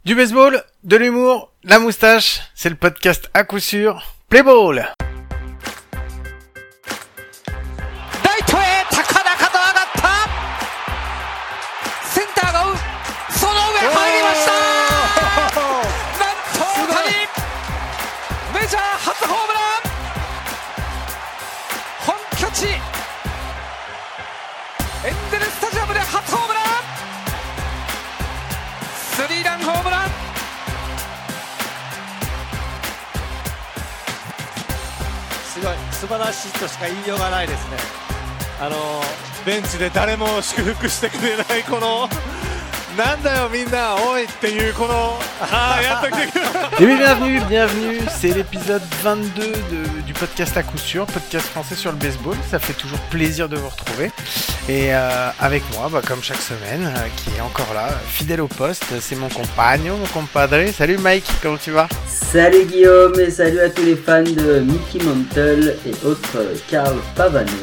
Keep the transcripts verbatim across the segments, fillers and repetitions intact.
Du baseball, de l'humour, la moustache, c'est le podcast à coup sûr, Play Ball. すごい素晴らしいとしか言いようがないですね。あのベンチで誰も祝福してくれないこのなんだよみんなおいっていうこのああやっと来てくれ Et oui, bienvenue, bienvenue, c'est l'épisode vingt-deux de, du podcast à coup sûr, podcast français sur le baseball, ça fait toujours plaisir de vous retrouver. Et euh, avec moi, bah, comme chaque semaine, euh, qui est encore là, fidèle au poste, c'est mon compagnon, mon compadre. Salut Mike, comment tu vas? Salut Guillaume et salut à tous les fans de Mickey Mantle et autres Carl Pavano.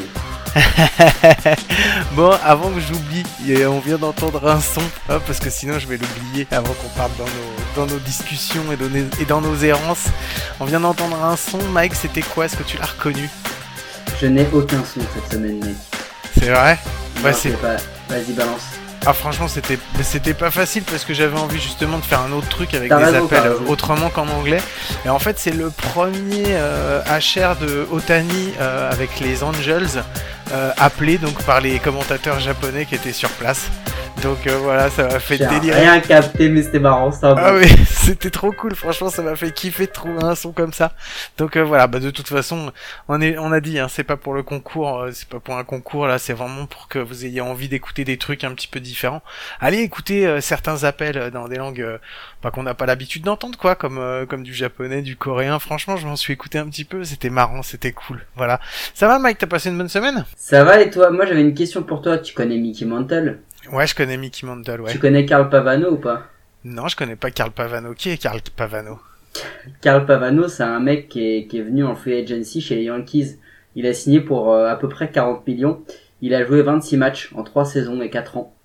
Bon, avant que j'oublie, on vient d'entendre un son, hein, parce que sinon je vais l'oublier avant qu'on parte dans nos, dans nos discussions et dans, nos, et dans nos errances. On vient d'entendre un son, Mike, c'était quoi? Est-ce que tu l'as reconnu? Je n'ai aucun son cette semaine, mec. C'est vrai? Non, Ouais, c'est pas... Vas-y, balance. Ah franchement c'était c'était pas facile parce que j'avais envie justement de faire un autre truc avec t'as des raison, appels autrement qu'en anglais. Et en fait c'est le premier euh, H R de Ohtani euh, avec les Angels euh, appelé donc par les commentateurs japonais qui étaient sur place. Donc euh, voilà, ça m'a fait J'ai délirer. Rien capté mais c'était marrant ça. Ah oui, c'était trop cool, franchement ça m'a fait kiffer de trouver un son comme ça. Donc euh, voilà, bah de toute façon, on est on a dit hein, c'est pas pour le concours, euh, c'est pas pour un concours là, c'est vraiment pour que vous ayez envie d'écouter des trucs un petit peu différents. Allez écouter euh, certains appels dans des langues euh, bah, qu'on n'a pas l'habitude d'entendre quoi, comme euh, comme du japonais, du coréen. Franchement, je m'en suis écouté un petit peu, c'était marrant, c'était cool. Voilà. Ça va Mike, t'as passé une bonne semaine? Ça va et toi? Moi j'avais une question pour toi, tu connais Mickey Mantle? Ouais, je connais Mickey Mantle, ouais. Tu connais Carl Pavano ou pas? Non, je connais pas Carl Pavano. Qui est Carl Pavano? Carl Pavano, c'est un mec qui est, qui est venu en free agency chez les Yankees. Il a signé pour euh, à peu près quarante millions. Il a joué vingt-six matchs en trois saisons et quatre ans.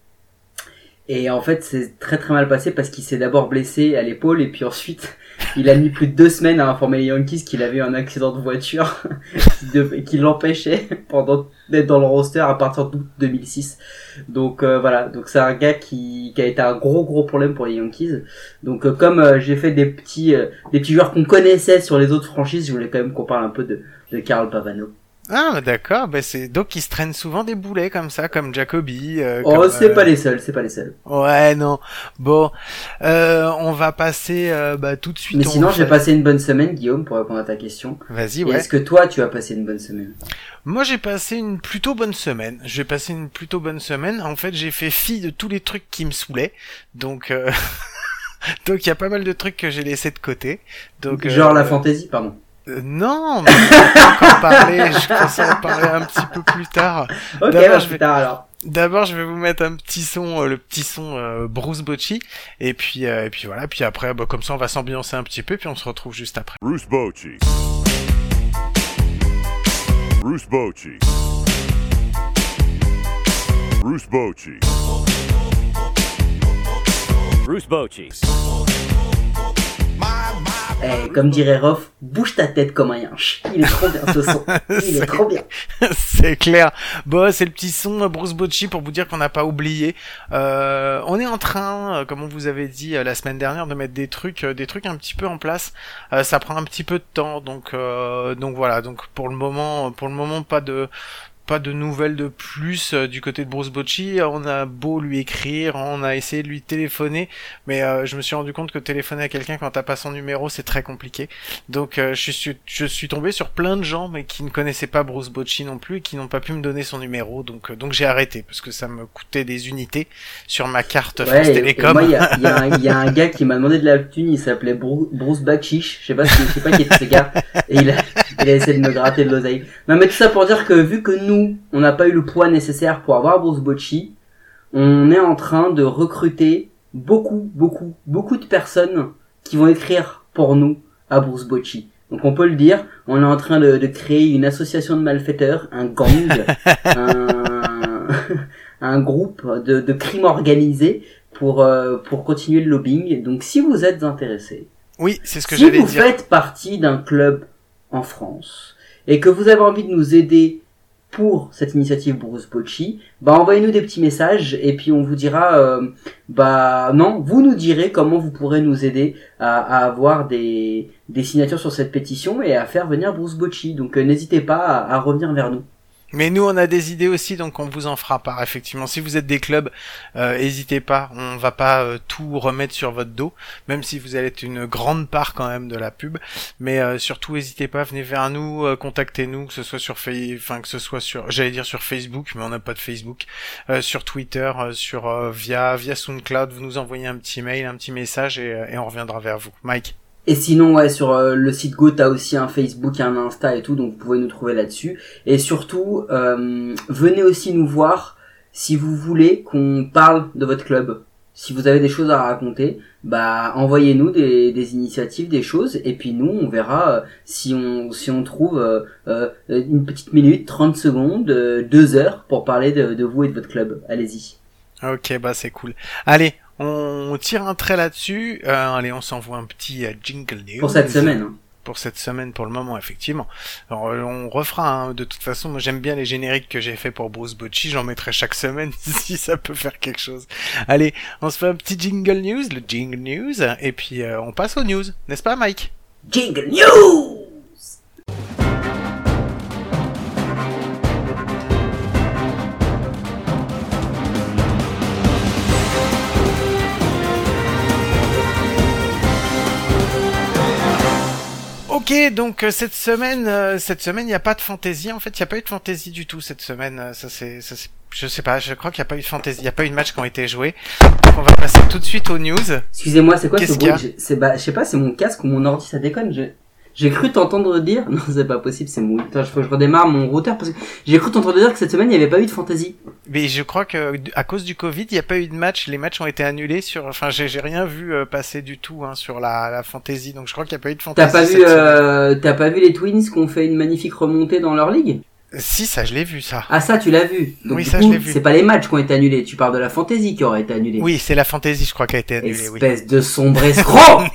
Et en fait, c'est très très mal passé parce qu'il s'est d'abord blessé à l'épaule et puis ensuite, il a mis plus de deux semaines à informer les Yankees qu'il avait eu un accident de voiture qui, devait, qui l'empêchait pendant d'être dans le roster à partir d'août deux mille six. Donc euh, voilà, donc c'est un gars qui, qui a été un gros gros problème pour les Yankees. Donc euh, comme euh, j'ai fait des petits euh, des petits joueurs qu'on connaissait sur les autres franchises, je voulais quand même qu'on parle un peu de de Carl Pavano. Ah d'accord, bah c'est donc ils se traînent souvent des boulets comme ça, comme Jacoby. Euh, oh comme, c'est euh... pas les seuls, c'est pas les seuls. Ouais non, bon, euh, on va passer euh, bah tout de suite. Mais sinon fait... j'ai passé une bonne semaine, Guillaume, pour répondre à ta question. Vas-y Et ouais. est-ce que toi tu as passé une bonne semaine? Moi j'ai passé une plutôt bonne semaine. J'ai passé une plutôt bonne semaine. En fait j'ai fait fi de tous les trucs qui me saoulaient, donc. Euh... donc il y a pas mal de trucs que j'ai laissé de côté. Donc genre euh... la fantaisie, pardon. Euh, non, mais je vais pas encore parler, je pense en parler un petit peu plus tard. Ok, D'abord, bah, je vais... plus tard alors. D'abord, je vais vous mettre un petit son, euh, le petit son euh, Bruce Bochy, et puis euh, et puis voilà, puis après, bah, comme ça, on va s'ambiancer un petit peu, puis on se retrouve juste après. Bruce Bochy. Bruce Bochy. Bruce Bochy. Bruce Bochy. Eh, comme dirait Rof, bouge ta tête comme un yinche. Il est trop bien ce son. Il est trop bien. C'est clair. Bon, c'est le petit son Bruce Bochy pour vous dire qu'on n'a pas oublié. Euh, on est en train, comme on vous avait dit euh, la semaine dernière, de mettre des trucs, euh, des trucs un petit peu en place. Euh, ça prend un petit peu de temps, donc euh, donc voilà. Donc pour le moment, pour le moment, pas de pas de nouvelles de plus euh, du côté de Bruce Bochy. On a beau lui écrire, on a essayé de lui téléphoner, mais euh, je me suis rendu compte que téléphoner à quelqu'un quand t'as pas son numéro, c'est très compliqué. Donc euh, je suis je suis tombé sur plein de gens mais qui ne connaissaient pas Bruce Bochy non plus et qui n'ont pas pu me donner son numéro. Donc euh, donc j'ai arrêté parce que ça me coûtait des unités sur ma carte Ouais, France et- Télécom. et moi, il y a, il y, a un- il y a un gars qui m'a demandé de la thune, il s'appelait Bru- Bruce Bakchiche. Je sais pas si, je sais pas qui était ce gars. Et il a, il a essayé de me gratter de l'oseille. Non, mais tout ça pour dire que vu que nous, on n'a pas eu le poids nécessaire pour avoir Bruce Bochy, on est en train de recruter beaucoup, beaucoup, beaucoup de personnes qui vont écrire pour nous à Bruce Bochy. Donc on peut le dire, on est en train de, de créer une association de malfaiteurs, un gang, un, un groupe de, de crimes organisés pour euh, pour continuer le lobbying. Donc si vous êtes intéressé, Oui, c'est ce que si j'allais vous dire. faites partie d'un club en France et que vous avez envie de nous aider pour cette initiative Bruce Bocci, bah envoyez-nous des petits messages et puis on vous dira, euh, bah non, vous nous direz comment vous pourrez nous aider à, à avoir des des signatures sur cette pétition et à faire venir Bruce Bocci. Donc euh, n'hésitez pas à, à revenir vers nous. Mais nous, on a des idées aussi, donc on vous en fera part, effectivement. Si vous êtes des clubs, euh, n'hésitez pas, on va pas euh, tout remettre sur votre dos, même si vous allez être une grande part quand même de la pub. Mais euh, surtout, n'hésitez pas, venez vers nous, euh, contactez-nous, que ce soit sur, Fa- enfin que ce soit sur, j'allais dire sur Facebook, mais on n'a pas de Facebook, euh, sur Twitter, euh, sur euh, via via SoundCloud, vous nous envoyez un petit mail, un petit message et, euh, et on reviendra vers vous. Mike. Et sinon, ouais, sur euh, le site Go, t'as aussi un Facebook, un Insta et tout, donc vous pouvez nous trouver là-dessus. Et surtout, euh, venez aussi nous voir si vous voulez qu'on parle de votre club. Si vous avez des choses à raconter, bah envoyez-nous des, des initiatives, des choses, et puis nous, on verra euh, si on si on trouve euh, euh, une petite minute, trente secondes, euh, deux heures pour parler de, de vous et de votre club. Allez-y. Ok, bah c'est cool. Allez, on tire un trait là-dessus. Euh, allez, on s'envoie un petit euh, jingle news. Pour cette semaine. Hein. Pour cette semaine, pour le moment, effectivement. Alors, euh, on refera, hein, de toute façon. Moi, j'aime bien les génériques que j'ai fait pour Bruce Bocci. J'en mettrai chaque semaine si ça peut faire quelque chose. Allez, on se fait un petit jingle news, le jingle news, et puis euh, on passe aux news, n'est-ce pas, Mike? Jingle news. Ok, donc euh, cette semaine, euh, cette semaine, il n'y a pas de fantaisie. En fait, il n'y a pas eu de fantaisie du tout cette semaine. Euh, ça c'est, ça c'est, je sais pas. Je crois qu'il n'y a pas eu de fantaisie. Il n'y a pas eu de match qui ont été joués. Donc on va passer tout de suite aux news. Excusez-moi, c'est quoi Qu'est-ce ce qu'il y a bruit? C'est bah, je sais pas, c'est mon casque ou mon ordi, ça déconne. Je... J'ai cru t'entendre dire, non c'est pas possible, c'est mon, attends, faut que je redémarre mon routeur parce que j'ai cru t'entendre dire que cette semaine il n'y avait pas eu de fantasy. Mais je crois que à cause du Covid, il n'y a pas eu de match. Les matchs ont été annulés sur. Enfin, j'ai, j'ai rien vu euh, passer du tout hein, sur la, la fantasy. Donc je crois qu'il n'y a pas eu de fantasy. T'as pas cette vu, semaine. euh, t'as pas vu les Twins qui ont fait une magnifique remontée dans leur ligue? Si, ça, je l'ai vu ça. Ah ça, tu l'as vu. Donc Oui, du ça, coup, je l'ai vu. c'est pas les matchs qui ont été annulés. Tu parles de la fantasy qui aurait été annulée. Oui, c'est la fantasy, je crois, qui a été annulée. Oui. Espèce de sombre escroc.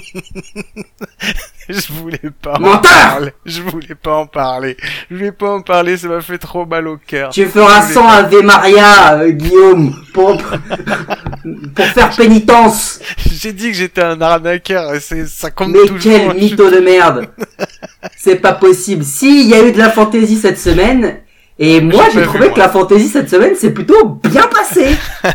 Je voulais pas en Menteur. parler. Je voulais pas en parler. Je voulais pas en parler, ça m'a fait trop mal au cœur. Tu feras Je voulais cent Ave Maria, euh, Guillaume, pour pour faire pénitence. J'ai dit que j'étais un arnaqueur et c'est, ça compte Mais toujours. quel mytho de merde. C'est pas possible. Si, il y a eu de la fantaisie cette semaine, et moi J'ai j'ai pas trouvé vu, que moi. la fantaisie cette semaine c'est plutôt bien passé.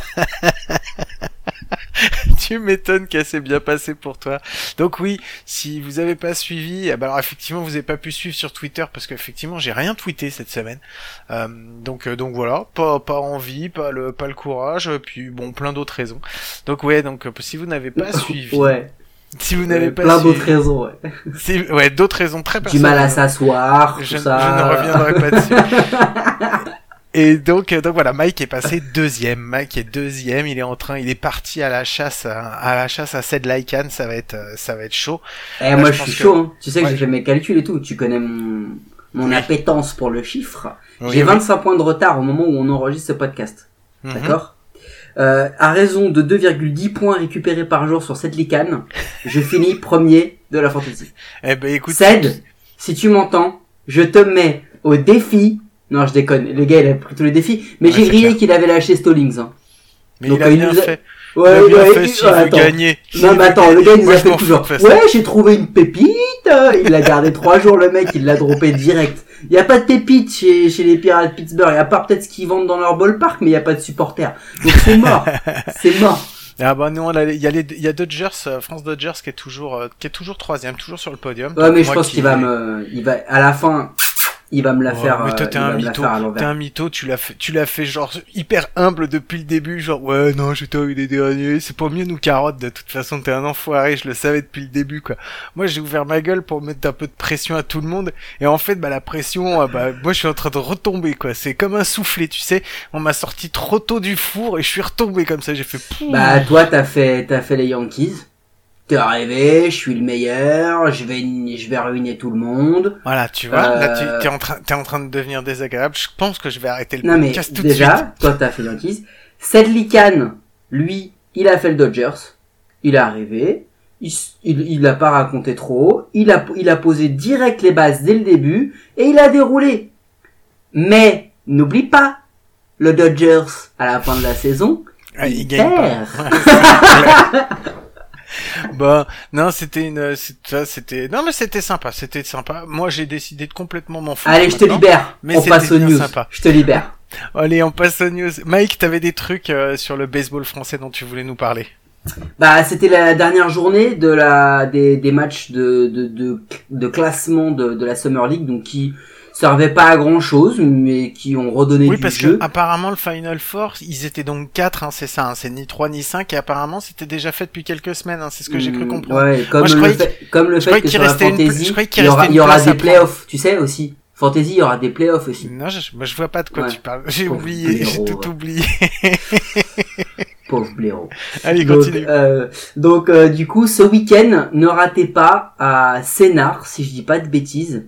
Tu m'étonnes qu'elle s'est bien passée pour toi. Donc oui, si vous avez pas suivi, eh ben alors effectivement vous avez pas pu suivre sur Twitter parce qu'effectivement j'ai rien tweeté cette semaine. Euh, donc euh, donc voilà, pas pas envie, pas le pas le courage, puis bon plein d'autres raisons. Donc ouais, donc euh, si vous n'avez pas suivi, Ouais. si vous n'avez Euh, pas plein suivi, d'autres raisons, ouais. si, ouais d'autres raisons très Du personnelles. mal à s'asseoir, Je, tout ça. je ne reviendrai pas dessus. Et donc, euh, donc voilà, Mike est passé deuxième. Mike est deuxième. Il est en train, il est parti à la chasse, à, à la chasse à Sed Lycan. Ça va être, euh, ça va être chaud. Eh, Là, moi je je pense suis que- chaud, hein. Tu sais que Ouais. j'ai fait mes calculs et tout. Tu connais mon, mon Oui. appétence pour le chiffre. Oui, J'ai oui. vingt-cinq points de retard au moment où on enregistre ce podcast. Mhm. D'accord? Euh, à raison de deux virgule dix points récupérés par jour sur cette licane, je finis premier de la fantasy. Eh ben écoute, Ced, si tu m'entends, je te mets au défi. Non, je déconne. Le gars, il a pris tous les défis. Mais Ouais, j'ai c'est grillé clair. qu'il avait lâché Stallings. Hein. mais donc, il a euh, il bien nous a- fait. Ouais, il a bien ouais, fait il- s'il ouais, veut attends. gagner. S'il Non, mais veut attends, le gagner, gars, il nous moi, a je fait m'en fous toujours. de toute façon. Ouais, j'ai trouvé une pépite. Il a gardé trois jours, le mec, il l'a droppé direct. Il y a pas de pépite chez, chez les Pirates de Pittsburgh. À part peut-être ce qu'ils vendent dans leur ballpark, mais il y a pas de supporters. Donc c'est mort. C'est mort. Ah bah non, là, il y a les, il y a Dodgers, euh, France Dodgers qui est toujours, euh, qui est toujours troisième, toujours sur le podium. Ouais, mais je Moi pense qui- qu'il va me, il va, à la fin, il va me la Ouais, faire, mais toi euh, t'es il un va me la mytho, faire à t'es l'envers. un mytho, tu l'as fait, tu l'as fait genre hyper humble depuis le début, genre ouais non j'étais eu les derniers, c'est pas mieux nous carottes de toute façon t'es un enfoiré, je le savais depuis le début quoi. Moi j'ai ouvert ma gueule pour mettre un peu de pression à tout le monde et en fait bah la pression, euh, bah moi je suis en train de retomber quoi, c'est comme un soufflet tu sais, on m'a sorti trop tôt du four et je suis retombé comme ça, j'ai fait pouh. Bah, toi, t'as fait, t'as fait les Yankees. T'es arrivé, je suis le meilleur, je vais, je vais ruiner tout le monde. Voilà tu vois, Euh, là tu t'es en train, t'es en train de devenir désagréable, je pense que je vais arrêter le Non mais podcast tout de déjà, suite. toi t'as fait Yankees. Sedlican, lui, il a fait le Dodgers, il est arrivé, il, s- il, il a pas raconté trop, il a, il a posé direct les bases dès le début, et il a déroulé. Mais, n'oublie pas, le Dodgers, à la fin de la saison, Ah, il il gagne pas. perd. Bon, non, c'était une, c'est- ça, c'était, non, mais c'était sympa, c'était sympa. Moi, j'ai décidé de complètement m'en foutre. Allez, je te maintenant. libère. Mais On c'était passe aux bien news. sympa. Je te libère. Allez, on passe aux news. Mike, t'avais des trucs euh, sur le baseball français dont tu voulais nous parler. Bah, c'était la dernière journée de la des, des matchs de de de, de classement de, de la Summer League, donc qui servaient pas à grand chose, mais qui ont redonné Oui, du parce jeu. que apparemment le Final Four, ils étaient donc quatre, hein, c'est ça, hein, c'est ni trois ni cinq, et apparemment c'était déjà fait depuis quelques semaines, hein, c'est ce que j'ai cru Hmm, comprendre. Ouais, comme Moi, je le croyais fait, comme le je fait croyais que qu'il sur la restait une pla- Fantasy, je croyais qu'il il y aura, restait il y une aura place des à prendre. playoffs, tu sais aussi. Fantasy, il y aura des playoffs aussi. Non, je, moi, je vois pas de quoi Ouais. tu parles. J'ai Pauvre oublié, j'ai blaireau, tout va. oublié. Pauvre blaireau. Allez, Donc, continue. euh, donc euh, du coup, ce week-end, ne ratez pas à Sénart, si je dis pas de bêtises,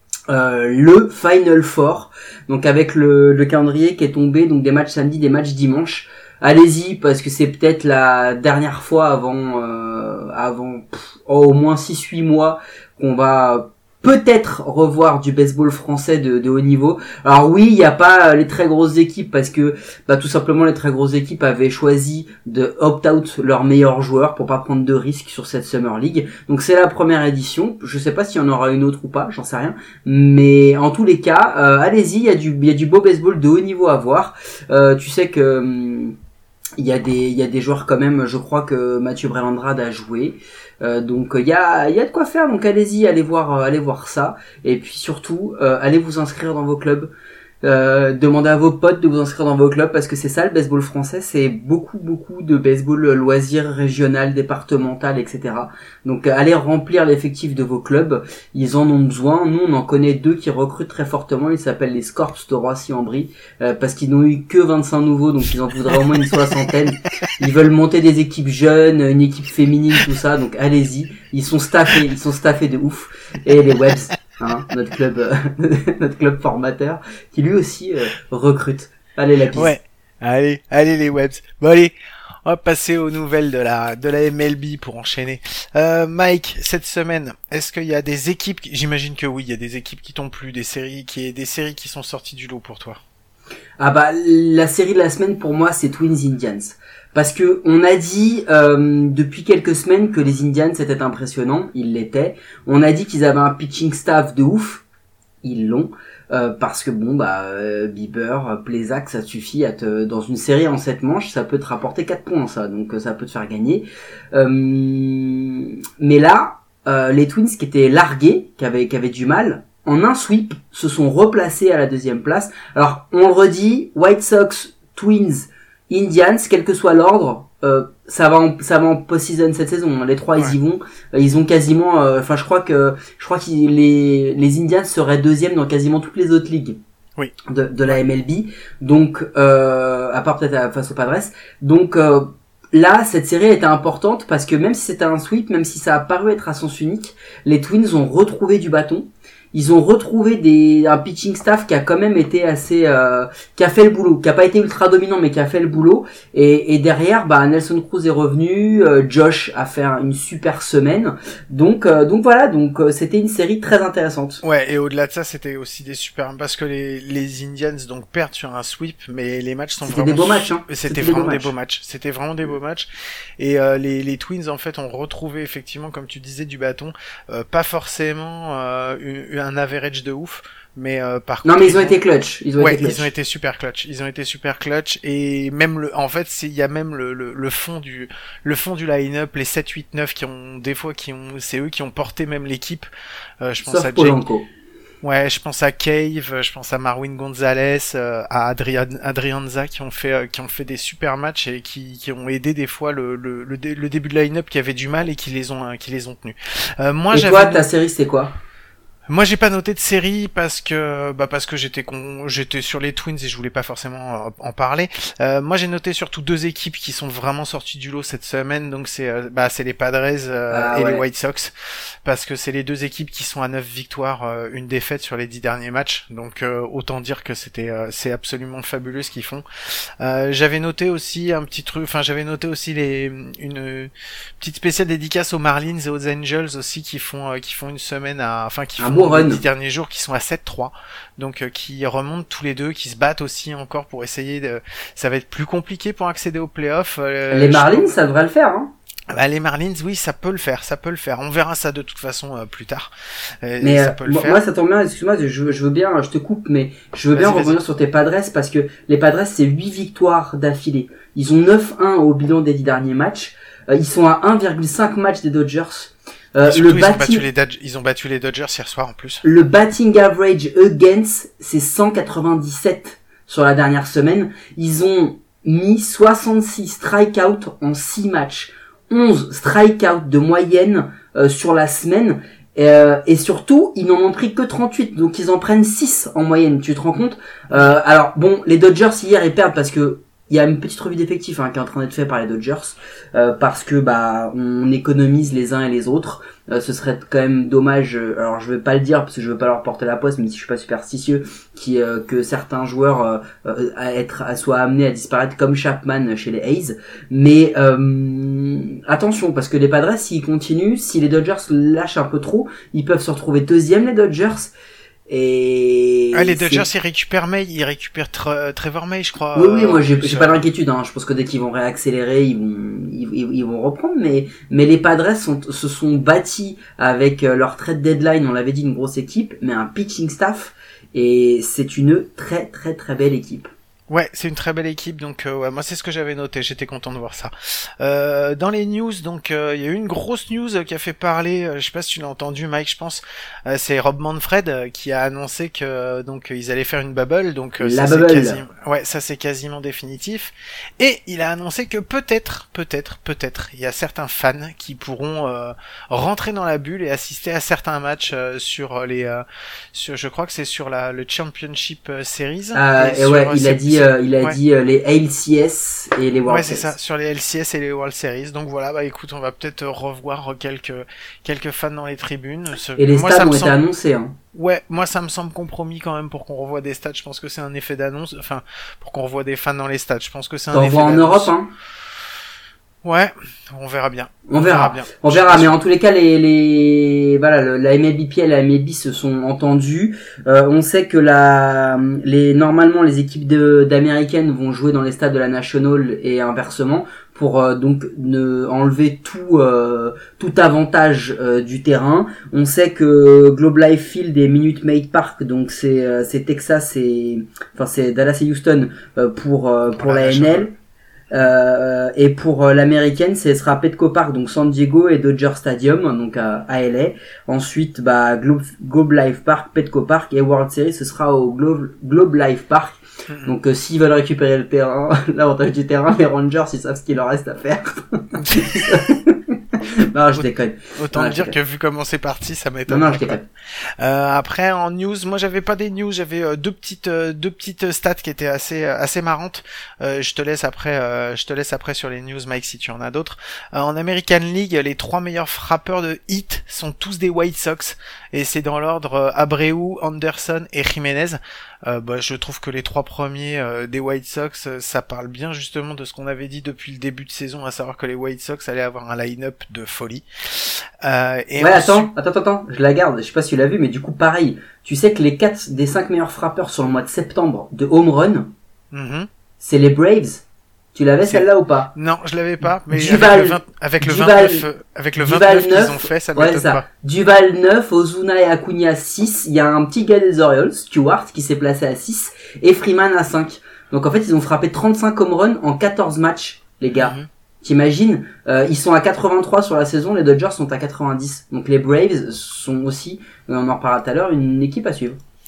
euh, le Final Four. Donc avec le, le calendrier qui est tombé, donc des matchs samedi, des matchs dimanche. Allez-y parce que c'est peut-être la dernière fois avant, euh, avant pff, oh, au moins six huit mois qu'on va peut-être revoir du baseball français de, de haut niveau. Alors oui, il n'y a pas les très grosses équipes parce que bah, tout simplement les très grosses équipes avaient choisi de opt-out leurs meilleurs joueurs pour pas prendre de risques sur cette Summer League. Donc c'est la première édition. Je sais pas s'il y en aura une autre ou pas, j'en sais rien. Mais en tous les cas, euh, allez-y, il y a du, il y a du beau baseball de haut niveau à voir. Euh, tu sais que hum, il y a des, il y a des joueurs quand même. Je crois que Mathieu Brelandrade a joué. Euh, donc il y a, il y a de quoi faire. Donc allez-y, allez voir, euh, allez voir ça. Et puis surtout, euh, allez vous inscrire dans vos clubs. Euh, demandez à vos potes de vous inscrire dans vos clubs parce que c'est ça le baseball français, c'est beaucoup beaucoup de baseball loisir régional, départemental, et cetera. Donc euh, allez remplir l'effectif de vos clubs, ils en ont besoin. Nous on en connaît deux qui recrutent très fortement, ils s'appellent les Scorps de Roissy-en-Brie euh, parce qu'ils n'ont eu que vingt-cinq nouveaux, donc ils en voudraient au moins une soixantaine. Ils veulent monter des équipes jeunes, une équipe féminine, tout ça, donc allez-y. Ils sont staffés, ils sont staffés de ouf. Et les Webs, hein, notre club, euh, notre club formateur, qui lui aussi euh, recrute. Allez la piste. Ouais. Allez, allez les webs. Bon allez, on va passer aux nouvelles de la de la M L B pour enchaîner. Euh, Mike, cette semaine, est-ce qu'il y a des équipes qui- J'imagine que oui, il y a des équipes qui t'ont plu, des séries qui des séries qui sont sorties du lot pour toi. Ah bah la série de la semaine pour moi c'est Twins Indians parce que on a dit euh, depuis quelques semaines que les Indians c'était impressionnant, ils l'étaient. On a dit qu'ils avaient un pitching staff de ouf, ils l'ont. Euh, parce que bon bah euh, Bieber, Plesac, ça suffit à te dans une série en sept manches, ça peut te rapporter quatre points ça, donc euh, ça peut te faire gagner. Euh, mais là, euh, les Twins qui étaient largués, qui avaient qui avaient du mal, en un sweep se sont replacés à la deuxième place. Alors on le redit, White Sox, Twins, Indians, quel que soit l'ordre, euh, ça va en, ça va en post-season cette saison. Les trois Ouais. ils y vont, Euh, ils ont quasiment, enfin je crois que je crois que les les Indians seraient deuxième dans quasiment toutes les autres ligues. Oui. De, de la M L B. Donc euh, à part peut-être à- face aux Padres. Donc euh, là cette série était importante parce que même si c'était un sweep, même si ça a paru être à sens unique, les Twins ont retrouvé du bâton. Ils ont retrouvé des un pitching staff qui a quand même été assez euh, qui a fait le boulot, qui a pas été ultra dominant mais qui a fait le boulot et, et derrière bah Nelson Cruz est revenu, euh, Josh a fait un- une super semaine. Donc euh, donc voilà, donc euh, c'était une série très intéressante. Ouais, et au-delà de ça, c'était aussi des super parce que les les Indians donc perdent sur un sweep, mais les matchs sont C'était vraiment des beaux matchs, hein. C'était C'était des vraiment beaux des matchs. beaux matchs. C'était vraiment des beaux matchs. Et euh, les les Twins en fait ont retrouvé effectivement, comme tu disais, du bâton. Euh, pas forcément euh, une- un average de ouf, mais euh, par Non contre. mais ils ont été clutch, ils ont Ouais, été clutch. ils ont été super clutch. Ils ont été super clutch et même le, en fait, c'est, il y a même le, le, le fond du, le fond du line-up, les sept, huit, neuf qui ont, des fois, qui ont, c'est eux qui ont porté même l'équipe. Euh, je pense Sauf à Jake. Polanco. Ouais, je pense à Cave, je pense à Marwin Gonzalez, euh, à Adrian, Adrianza qui ont fait, euh, qui ont fait des super matchs et qui, qui ont aidé des fois le, le, le, dé- le début de line-up qui avait du mal et qui les ont, euh, qui les ont tenus. Euh, moi, Et j'avais. toi ta série c'était quoi? Moi, j'ai pas noté de série parce que bah parce que j'étais con, j'étais sur les Twins et je voulais pas forcément en parler. Euh, moi, j'ai noté surtout deux équipes qui sont vraiment sorties du lot cette semaine. Donc c'est euh, bah c'est les Padres euh, Ah, et ouais. les White Sox parce que c'est les deux équipes qui sont à neuf victoires, euh, une défaite sur les dix derniers matchs. Donc euh, autant dire que c'était euh, c'est absolument fabuleux ce qu'ils font. Euh, j'avais noté aussi un petit truc, enfin j'avais noté aussi les une petite spéciale dédicace aux Marlins et aux Angels aussi qui font euh, qui font une semaine à enfin qui Un font beau les run. dix derniers jours qui sont à sept trois, donc euh, qui remontent tous les deux, qui se battent aussi encore pour essayer de, ça va être plus compliqué pour accéder aux playoffs. Euh, Les je- Marlins, ça devrait le faire, hein. bah, les Marlins, oui, ça peut le faire, ça peut le faire. On verra ça de toute façon euh, plus tard. Euh, Mais ça euh, peut le moi, faire. moi, ça tombe bien, excuse-moi, je, veux- je veux bien, je te coupe, mais je veux bien Vas-y, revenir sur tes Padres parce que les Padres, c'est huit victoires d'affilée. Ils ont neuf un au bilan des dix derniers matchs. Euh, ils sont à un virgule cinq matchs des Dodgers. Euh, Et surtout, le ils, ont battu batting, les Dodge- ils ont battu les Dodgers hier soir en plus. le batting average against, c'est cent quatre-vingt-dix-sept sur la dernière semaine. Ils ont mis soixante-six strikeouts en six matchs. onze strikeouts de moyenne euh, sur la semaine. Euh, et surtout, ils n'en ont pris que trente-huit. Donc ils en prennent six en moyenne. Tu te rends compte? euh, Alors bon, les Dodgers hier ils perdent parce que il y a une petite revue d'effectifs hein, qui est en train d'être faite par les Dodgers euh, parce que bah on économise les uns et les autres. Euh, ce serait quand même dommage. euh, alors je vais pas le dire parce que je veux pas leur porter la poisse, même si je suis pas superstitieux, qui euh, que certains joueurs euh, euh, à être à, soient amenés à disparaître comme Chapman chez les A's. Mais euh, attention parce que les Padres s'ils continuent, si les Dodgers lâchent un peu trop, ils peuvent se retrouver deuxième les Dodgers. Et Ah, les c'est- Dodgers, ils récupèrent May, ils récupèrent Tre- Trevor May, je crois. Oui, oui, moi j'ai euh, j'ai sur- pas d'inquiétude. Hein. Je pense que dès qu'ils vont réaccélérer, ils vont ils, ils, ils vont reprendre. Mais mais les Padres sont, se sont bâtis avec euh, leur trade deadline. On l'avait dit, une grosse équipe, mais un pitching staff. Et c'est une très très très belle équipe. Ouais, c'est une très belle équipe, donc euh, ouais, moi c'est ce que j'avais noté, j'étais content de voir ça. Euh, dans les news, donc euh, il y a eu une grosse news euh, qui a fait parler, euh, je sais pas si tu l'as entendu Mike, je pense, euh, c'est Rob Manfred euh, qui a annoncé que euh, donc ils allaient faire une bubble, donc euh, La ça bubble. c'est quasi... ouais, ça c'est quasiment définitif. Et il a annoncé que peut-être, peut-être, peut-être, il y a certains fans qui pourront euh, rentrer dans la bulle et assister à certains matchs euh, sur les, euh, sur, je crois que c'est sur la le Championship euh, Series. Euh, et sur, ouais, euh, il a c'est- dit c'est- euh, il a ouais. dit euh, les A L C S et les World Ouais, c'est Series. ça, sur les L C S et les World Series. Donc voilà, bah écoute, on va peut-être revoir quelques quelques fans dans les tribunes. Ce- Et les moi, stades ça ont me été semble... annoncés. Hein. Ouais, moi ça me semble compromis quand même pour qu'on revoie des stades. Je pense que c'est un effet d'annonce, enfin pour qu'on revoie des fans dans les stades. Je pense que c'est un T'en effet vois en d'annonce. Europe, hein. Ouais, on verra bien. On verra. bien. On Je verra, suis mais pas en tous les cas, les, les, voilà, le- la M L B P et la M L B se sont entendus. Euh, on sait que la, les, normalement, les équipes de, d'américaines vont jouer dans les stades de la National et inversement pour euh, donc ne enlever tout, euh, tout avantage euh, du terrain. On sait que Globe Life Field et Minute Maid Park, donc c'est, euh, c'est Texas et, enfin c'est Dallas et Houston euh, pour, euh, pour, Pour la la N L. Euh, et pour euh, l'américaine, ce sera Petco Park, donc San Diego et Dodger Stadium, donc à, à L A. Ensuite, bah Globe, Globe Life Park, Petco Park et World Series, ce sera au Globe, Globe Life Park. Mhm. Donc euh, s'ils veulent récupérer le terrain, l'avantage du terrain, les Rangers, ils savent ce qu'il leur reste à faire. Non, je déconne. Autant Ouais, dire je que vu comment c'est parti, ça Non, m'étonne. non, je déconne. Euh, après en news, moi j'avais pas des news, j'avais euh, deux petites euh, deux petites stats qui étaient assez euh, assez marrantes. Euh, je te laisse après euh, je te laisse après sur les news Mike si tu en as d'autres. Euh, en American League, les trois meilleurs frappeurs de hit sont tous des White Sox et c'est dans l'ordre euh, Abreu, Anderson et Jiménez. Euh, bah, je trouve que les trois premiers euh, des White Sox, euh, ça parle bien justement de ce qu'on avait dit depuis le début de saison, à savoir que les White Sox allaient avoir un line-up de folie. Euh, et Ouais, ensuite- attends, attends, attends, je la garde. Je sais pas si tu l'as vu, mais du coup, pareil. Tu sais que les quatre des cinq meilleurs frappeurs sur le mois de septembre de home run, Mhm. c'est les Braves. Tu l'avais C'est- celle-là ou pas? Non, je l'avais pas, mais Duval- avec le, vingt, avec le Duval- vingt-neuf, euh, avec le Duval vingt-neuf qu'ils neuf, ont fait, ça Ouais, m'étonne ça. pas. Duval neuf, Ozuna et Acuna six. Il y a un petit gars des Orioles, Stewart, qui s'est placé à six. Et Freeman à cinq. Donc en fait, ils ont frappé trente-cinq home runs en quatorze matchs, les gars. Mhm. T'imagines, euh, ils sont à quatre-vingt-trois sur la saison, les Dodgers sont à quatre-vingt-dix. Donc les Braves sont aussi, on en reparlera tout à l'heure, une équipe à suivre.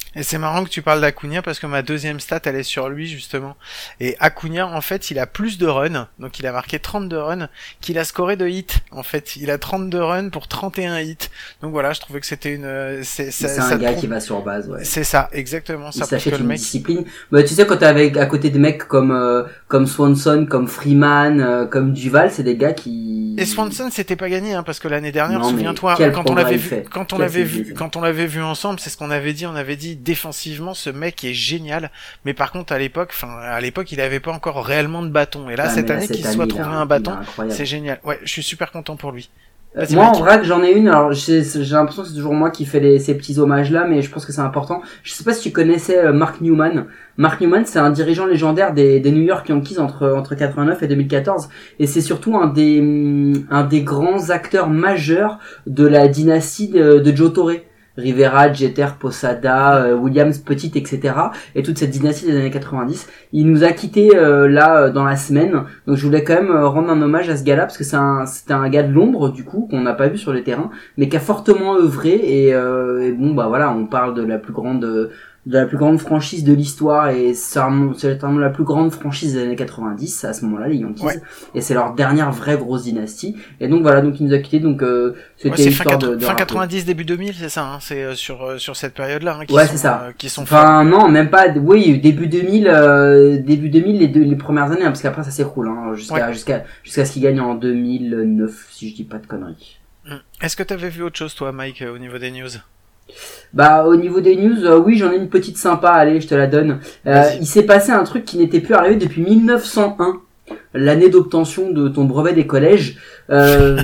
Et c'est marrant que tu parles d'Acuna parce que ma deuxième stat elle est sur lui justement. Et Acuna en fait il a plus de runs, donc il a marqué trente-deux runs, qu'il a scoré de hits. En fait il a trente-deux runs pour trente et un hits. Donc voilà, je trouvais que c'était une... C'est, c'est ça, un ça gars trouve... qui va sur base, ouais. C'est ça, exactement. Il ça s'achète une une mec... discipline. Bah, tu sais quand t'es avec à côté des mecs comme euh, comme Swanson, comme Freeman, euh, comme Duval, c'est des gars qui... Et Swanson c'était pas gagné hein, parce que l'année dernière, non, souviens-toi, quand on l'avait vu, fait. quand on quel l'avait vu, fait. quand on l'avait vu ensemble, c'est ce qu'on avait dit. On avait dit défensivement, ce mec est génial. Mais par contre, à l'époque, enfin, à l'époque, il avait pas encore réellement de bâton. Et là, ah, cette là, année, cette qu'il année, soit trouvé un bâton, c'est génial. Ouais, je suis super content pour lui. Euh, moi, Mike. En vrai, que j'en ai une. Alors, j'ai, j'ai l'impression que c'est toujours moi qui fais les, ces petits hommages-là, mais je pense que c'est important. Je sais pas si tu connaissais euh, Mark Newman. Mark Newman, c'est un dirigeant légendaire des, des New York Yankees entre entre quatre-vingt-neuf et deux mille quatorze, et c'est surtout un des un des grands acteurs majeurs de la dynastie de, de Joe Torre. Rivera, Jeter, Posada, euh, Williams, Petit, et cetera. Et toute cette dynastie des années quatre-vingt-dix. Il nous a quittés euh, là euh, dans la semaine. Donc je voulais quand même euh, rendre un hommage à ce gars-là parce que c'est un c'était un gars de l'ombre du coup qu'on n'a pas vu sur les terrains, mais qui a fortement œuvré. Et, euh, et bon bah voilà, on parle de la plus grande euh, de la plus grande franchise de l'histoire et c'est certainement la plus grande franchise des années quatre-vingt-dix à ce moment-là, les Yankees. Ouais. Et c'est leur dernière vraie grosse dynastie. Et donc voilà, donc il nous a quittés. Donc euh, c'était ouais, histoire fin, de, de fin quatre-vingt-dix début deux mille, c'est ça hein, c'est euh, sur euh, sur cette période-là hein, qui ouais, sont, c'est ça. Euh, qui sont enfin forts. Non, même pas oui, début deux mille euh, début deux mille les deux les premières années hein, parce qu'après ça s'écroule hein, jusqu'à ouais. jusqu'à jusqu'à ce qu'ils gagnent en deux mille neuf si je dis pas de conneries. Est-ce que t'avais vu autre chose toi Mike au niveau des news? Bah au niveau des news, euh, oui j'en ai une petite sympa, allez je te la donne. Euh, il s'est passé un truc qui n'était plus arrivé depuis mille neuf cent un, l'année d'obtention de ton brevet des collèges. Euh...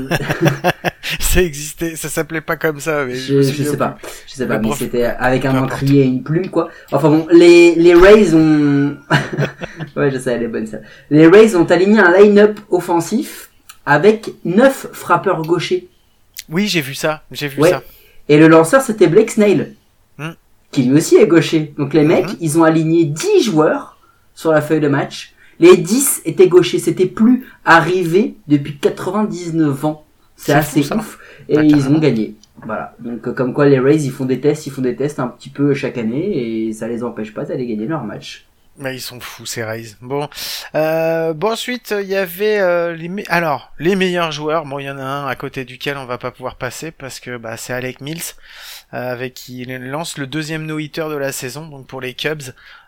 ça existait, ça s'appelait pas comme ça. Mais je, je, je sais pas, je sais pas, mais bref, c'était avec un encrier et une plume quoi. Enfin bon, les les Rays ont, ouais je sais elle est bonne ça. Les Rays ont aligné un line-up offensif avec neuf frappeurs gauchers. Oui j'ai vu ça, j'ai vu ouais. ça. Et le lanceur, c'était Blake Snell, mm. qui lui aussi est gaucher. Donc les mecs, mm-hmm. ils ont aligné dix joueurs sur la feuille de match. Les dix étaient gauchers. C'était plus arrivé depuis quatre-vingt-dix-neuf ans. C'est, c'est assez fou, ouf. Et bah, ils ont gagné. Voilà. Donc comme quoi les Rays, ils font des tests, ils font des tests un petit peu chaque année et ça les empêche pas d'aller gagner leur match. Mais ils sont fous ces Rays. Bon, euh, bon ensuite il y avait euh, les me... alors les meilleurs joueurs. Bon il y en a un à côté duquel on va pas pouvoir passer parce que bah c'est Alec Mills euh, avec qui il lance le deuxième no-hitter de la saison donc pour les Cubs.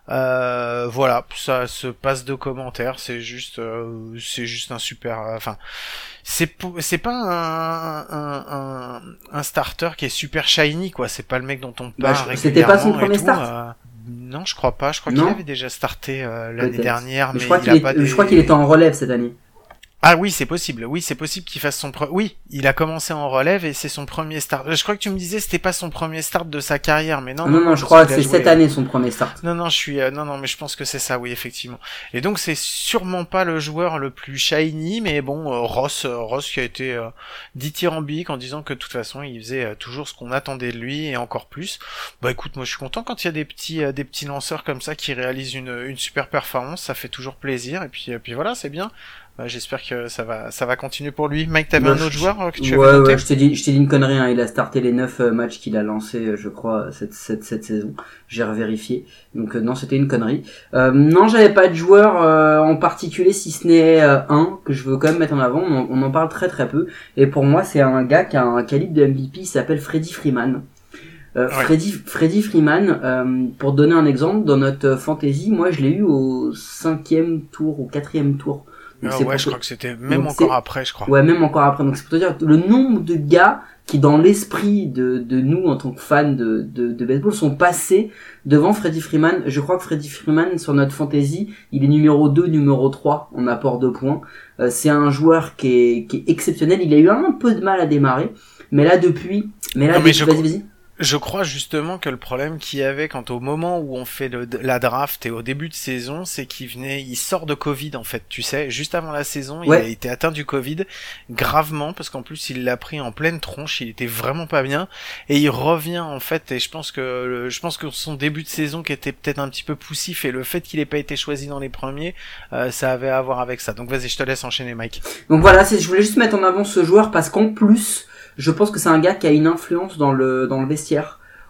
Euh, voilà, ça se passe de commentaires. C'est juste, euh, c'est juste un super. Enfin, euh, c'est c'est pas un, un un un starter qui est super shiny quoi. C'est pas le mec dont on parle. Bah, c'était pas son premier start. Euh, Non, je crois pas. Je crois non. qu'il avait déjà starté euh, l'année Peut-être. dernière, mais, mais je crois il qu'il a est, pas. Je des... crois qu'il était en relève cette année. Ah oui, c'est possible. Oui, c'est possible qu'il fasse son pre... Oui, il a commencé en relève et c'est son premier start. Je crois que tu me disais c'était pas son premier start de sa carrière, mais non. Non, non, non je crois que c'est joué... cette année son premier start. Non, non, je suis. Euh, non, non, mais je pense que c'est ça, oui, effectivement. Et donc c'est sûrement pas le joueur le plus shiny, mais bon, euh, Ross, euh, Ross qui a été euh, dithyrambique en disant que de toute façon il faisait euh, toujours ce qu'on attendait de lui et encore plus. Bah écoute, moi je suis content quand il y a des petits, euh, des petits lanceurs comme ça qui réalisent une, une super performance, ça fait toujours plaisir. Et puis, et puis voilà, c'est bien. Bah, j'espère que ça va, ça va continuer pour lui. Mike, t'avais bah, un autre je... joueur que tu ouais, avais noté? Ouais, je t'ai dit, je t'ai dit une connerie, hein. Il a starté les neuf matchs qu'il a lancés, je crois, cette, cette, cette saison. J'ai revérifié. Donc, euh, non, c'était une connerie. Euh, non, j'avais pas de joueur, euh, en particulier, si ce n'est euh, un, que je veux quand même mettre en avant. On en, on en parle très très peu. Et pour moi, c'est un gars qui a un calibre de M V P, il s'appelle Freddie Freeman. Euh, ouais. Freddie, Freddie Freeman, euh, pour donner un exemple, dans notre fantasy, moi, je l'ai eu au cinquième tour, au quatrième tour. Donc ah ouais, je te... crois que c'était même donc encore après, je crois. Ouais, même encore après. Donc c'est pour te dire le nombre de gars qui, dans l'esprit de, de nous en tant que fans de, de, de baseball, sont passés devant Freddie Freeman. Je crois que Freddie Freeman, sur notre fantasy, il est numéro deux, numéro trois en apport de points. Euh, c'est un joueur qui est, qui est exceptionnel. Il a eu un peu de mal à démarrer, mais là depuis, mais là non, depuis, mais je... vas-y, vas-y. Je crois justement que le problème qu'il y avait quand au moment où on fait le, la draft et au début de saison, c'est qu'il venait, il sort de Covid en fait, tu sais, juste avant la saison, ouais. il a été atteint du Covid gravement parce qu'en plus il l'a pris en pleine tronche, il était vraiment pas bien et il revient en fait et je pense que je pense que son début de saison qui était peut-être un petit peu poussif et le fait qu'il ait pas été choisi dans les premiers, euh, ça avait à voir avec ça. Donc vas-y, je te laisse enchaîner, Mike. Donc voilà, c'est, je voulais juste mettre en avant ce joueur parce qu'en plus je pense que c'est un gars qui a une influence dans le dans le vestiaire.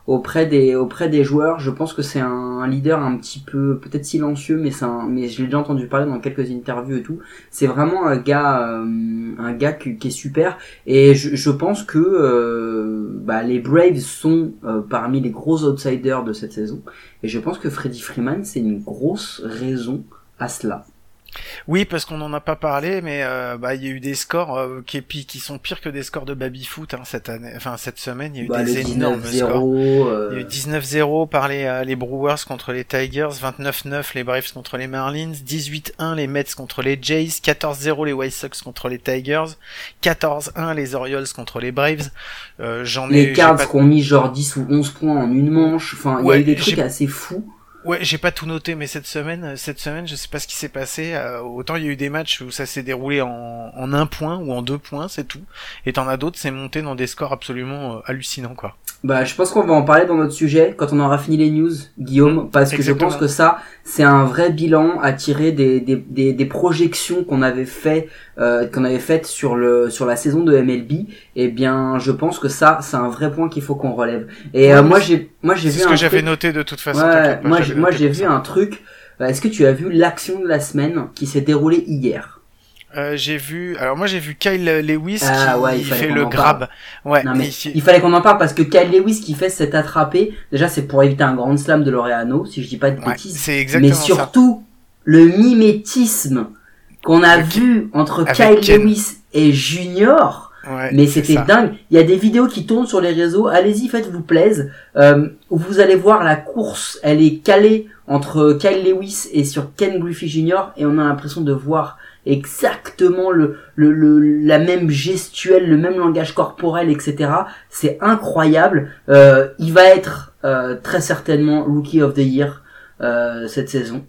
auprès des auprès des joueurs. Je pense que c'est un, un leader un petit peu peut-être silencieux, mais c'est un, mais je l'ai déjà entendu parler dans quelques interviews et tout. C'est vraiment un gars euh, un gars qui, qui est super, et je, je pense que euh, bah, les Braves sont euh, parmi les gros outsiders de cette saison, et je pense que Freddie Freeman c'est une grosse raison à cela. Oui, parce qu'on n'en a pas parlé, mais euh, bah il y a eu des scores euh, qui, qui sont pires que des scores de baby-foot hein, cette année, enfin cette semaine. Il y a eu bah, des énormes scores. Euh... Il y a eu dix-neuf zéro par les, euh, les Brewers contre les Tigers, vingt-neuf neuf les Braves contre les Marlins, dix-huit un les Mets contre les Jays, quatorze zéro les White Sox contre les Tigers, quatorze un les Orioles contre les Braves. Euh, j'en ai, les Cards pas... qui ont mis genre dix ou onze points en une manche. Enfin, il ouais, y a eu des trucs j'ai... assez fous. Ouais, j'ai pas tout noté, mais cette semaine, cette semaine, je sais pas ce qui s'est passé. Euh, autant il y a eu des matchs où ça s'est déroulé en, en un point ou en deux points, c'est tout. Et t'en as d'autres, c'est monté dans des scores absolument euh, hallucinants, quoi. Bah, je pense qu'on va en parler dans notre sujet quand on aura fini les news, Guillaume, parce que Exactement. Je pense que ça, c'est un vrai bilan à tirer des des des, des projections qu'on avait fait, euh, qu'on avait faites sur le sur la saison de M L B. Eh bien, je pense que ça, c'est un vrai point qu'il faut qu'on relève. Et ouais, euh, moi, j'ai moi j'ai vu ce un que truc... j'avais noté de toute façon. Ouais, moi, j'ai, moi j'ai vu ça. un truc. Est-ce que tu as vu l'action de la semaine qui s'est déroulée hier? Euh, j'ai vu, alors moi j'ai vu Kyle Lewis ah, qui ouais, il fait le grab. Ouais. Non, mais il... il fallait qu'on en parle parce que Kyle Lewis qui fait cet attrapé, déjà c'est pour éviter un grand slam de Laureano, si je dis pas de ouais, bêtises. C'est exactement mais surtout, ça. Le mimétisme qu'on a Avec... vu entre Avec Kyle Ken. Lewis et Junior. Ouais, mais c'était ça. dingue. Il y a des vidéos qui tournent sur les réseaux. Allez-y, faites-vous plaise. Euh, où vous allez voir la course. Elle est calée entre Kyle Lewis et sur Ken Griffey Junior Et on a l'impression de voir exactement le, le, le, la même gestuelle, le même langage corporel, et cetera. C'est incroyable. Euh, il va être euh, très certainement Rookie of the Year euh, cette saison.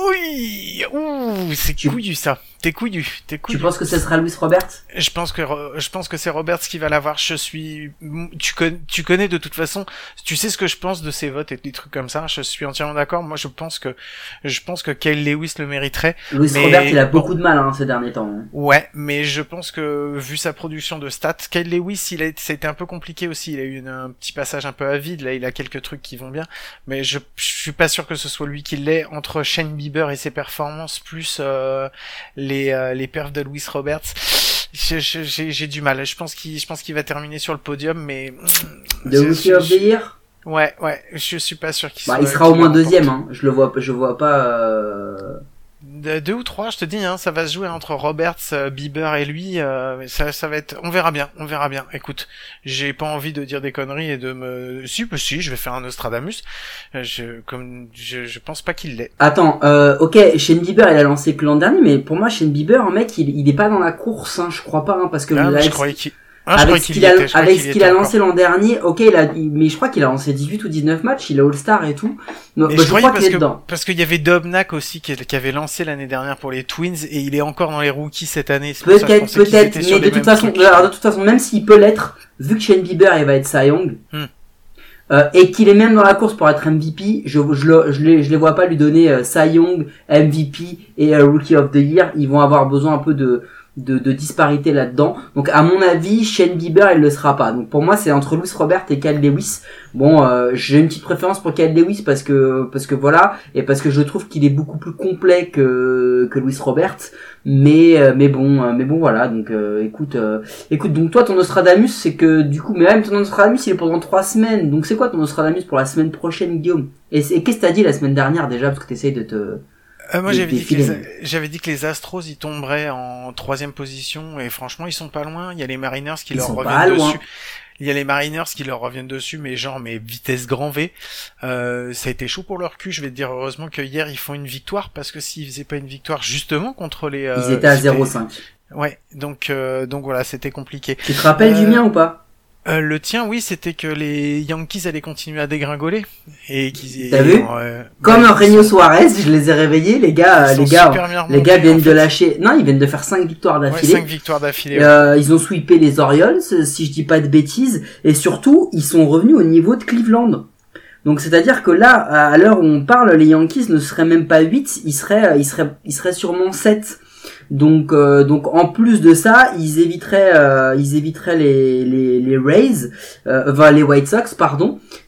Oui, ouh, c'est tu... couillu ça. T'es couillu, t'es couillu. Tu penses que ce sera Luis Roberts? Je pense que je pense que c'est Roberts qui va l'avoir. Je suis, tu connais, tu connais de toute façon. Tu sais ce que je pense de ces votes et des trucs comme ça. Je suis entièrement d'accord. Moi, je pense que, je pense que Kyle Lewis le mériterait. Luis mais... Roberts, il a beaucoup de mal hein, ces derniers temps. Hein. Ouais, mais je pense que vu sa production de stats, Kyle Lewis, il a, ça a été un peu compliqué aussi. Il a eu une, un petit passage un peu à vide. Là, il a quelques trucs qui vont bien, mais je, je suis pas sûr que ce soit lui qui l'ait. Entre Shane Bieber et ses performances plus euh, les euh, les perfs de Luis Roberts, j'ai, j'ai, j'ai du mal. Je pense qu'il, je pense qu'il va terminer sur le podium, mais de Rookie of the Year. Ouais, ouais, je suis pas sûr qu'il bah, soit. Il sera au moins deuxième. Hein. Je le vois, je vois pas. Euh... De, deux ou trois, je te dis, hein, ça va se jouer entre Roberts, euh, Bieber et lui. Euh, ça, ça va être, on verra bien, on verra bien. Écoute, j'ai pas envie de dire des conneries et de me, si, bah, si, je vais faire un Nostradamus. Je, comme, je, je pense pas qu'il l'ait. Attends, euh, ok, Shane Bieber, il a lancé que l'an dernier, mais pour moi, Shane Bieber, un mec, il, il est pas dans la course, hein, je crois pas, hein, parce que ah, là, je croyais qu'il Ah, avec ce qu'il a, avec ce qu'il a lancé l'an dernier, ok, il a, mais je crois qu'il a lancé dix-huit ou dix-neuf matchs, il est All-Star et tout. Non, bah, je, je crois qu'il est dedans. Parce qu'il y avait Dobnak aussi qui, qui avait lancé l'année dernière pour les Twins et il est encore dans les rookies cette année. Peut-être, peut-être, mais de toute façon, alors, de toute façon, même s'il peut l'être, vu que Shane Bieber, il va être Cy Young, hmm. euh, et qu'il est même dans la course pour être M V P, je, je, je, je les, je les vois pas lui donner euh, Cy Young, M V P et euh, Rookie of the Year. Ils vont avoir besoin un peu de, De, de disparité là-dedans. Donc à mon avis, Shane Bieber il le sera pas. Donc pour moi c'est entre Luis Robert et Kyle Lewis. Bon, euh, j'ai une petite préférence pour Kyle Lewis parce que parce que voilà et parce que je trouve qu'il est beaucoup plus complet que que Luis Robert. Mais euh, mais bon euh, mais bon voilà donc euh, écoute euh, écoute donc toi ton Nostradamus c'est que du coup mais même ton Nostradamus il est pendant trois semaines. Donc c'est quoi ton Nostradamus pour la semaine prochaine Guillaume? Et, et qu'est-ce que t'as dit la semaine dernière déjà parce que t'essayes de te Euh, moi, j'avais dit, que les, j'avais dit que les Astros, ils tomberaient en troisième position, et franchement, ils sont pas loin. Il y a les Mariners qui ils leur reviennent dessus. Il y a les Mariners qui leur reviennent dessus, mais genre, mais vitesse grand V. Euh, ça a été chaud pour leur cul. Je vais te dire, heureusement que hier, ils font une victoire, parce que s'ils faisaient pas une victoire, justement, contre les... Euh, ils étaient à zéro cinq. Ouais, donc, euh, donc voilà, c'était compliqué. Tu te rappelles euh... du mien ou pas? Euh, le tien, oui, c'était que les Yankees allaient continuer à dégringoler et qu'ils. T'as vu euh, Comme un Reino Suarez, je les ai réveillés, les gars. Les gars, les gars viennent de lâcher. Non, ils viennent de faire cinq victoires d'affilée. Ouais, cinq victoires d'affilée. Euh, ouais. Ils ont sweepé les Orioles, si je dis pas de bêtises, et surtout, ils sont revenus au niveau de Cleveland. Donc c'est-à-dire que là, à l'heure où on parle, les Yankees ne seraient même pas huit, ils seraient, ils seraient, ils seraient sûrement sept. Donc, euh, donc en plus de ça, ils éviteraient, euh, ils éviteraient les les les Rays, euh, enfin les White Sox, pardon.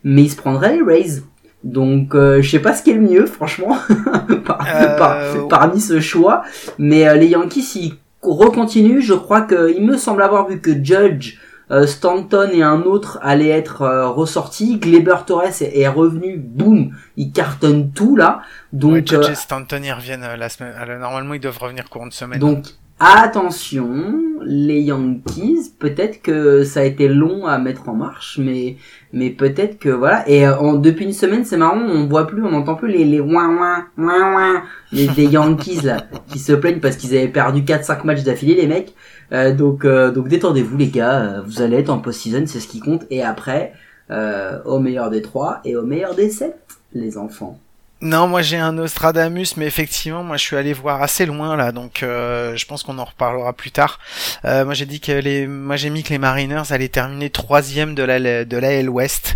mais ils se prendraient les Rays. Donc euh, je sais pas ce qui est le mieux franchement par, Euh, par- parmi ce choix, mais euh, les Yankees ils recontinuent. Je crois que il me semble avoir vu que Judge, euh, Stanton et un autre allaient être euh, ressortis. Gleyber Torres est, est revenu, boum, il cartonne tout là. Donc ouais, Judge euh, et Stanton y reviennent euh, la semaine. alors, normalement, ils doivent revenir courant de semaine. donc attention, les Yankees, peut-être que ça a été long à mettre en marche, mais mais peut-être que voilà. Et euh, en, depuis une semaine, c'est marrant, on voit plus, on n'entend plus les les ouin ouin ouin ouin les des Yankees là qui se plaignent parce qu'ils avaient perdu quatre cinq matchs d'affilée les mecs. Euh, donc euh, donc détendez-vous les gars, euh, vous allez être en post-season, c'est ce qui compte. Et après, euh, au meilleur des trois et au meilleur des sept, les enfants. Non, moi j'ai un Nostradamus, mais effectivement, moi je suis allé voir assez loin là, donc euh, je pense qu'on en reparlera plus tard. Euh, moi j'ai dit que les, moi j'ai mis que les Mariners allaient terminer troisième de la de la L West,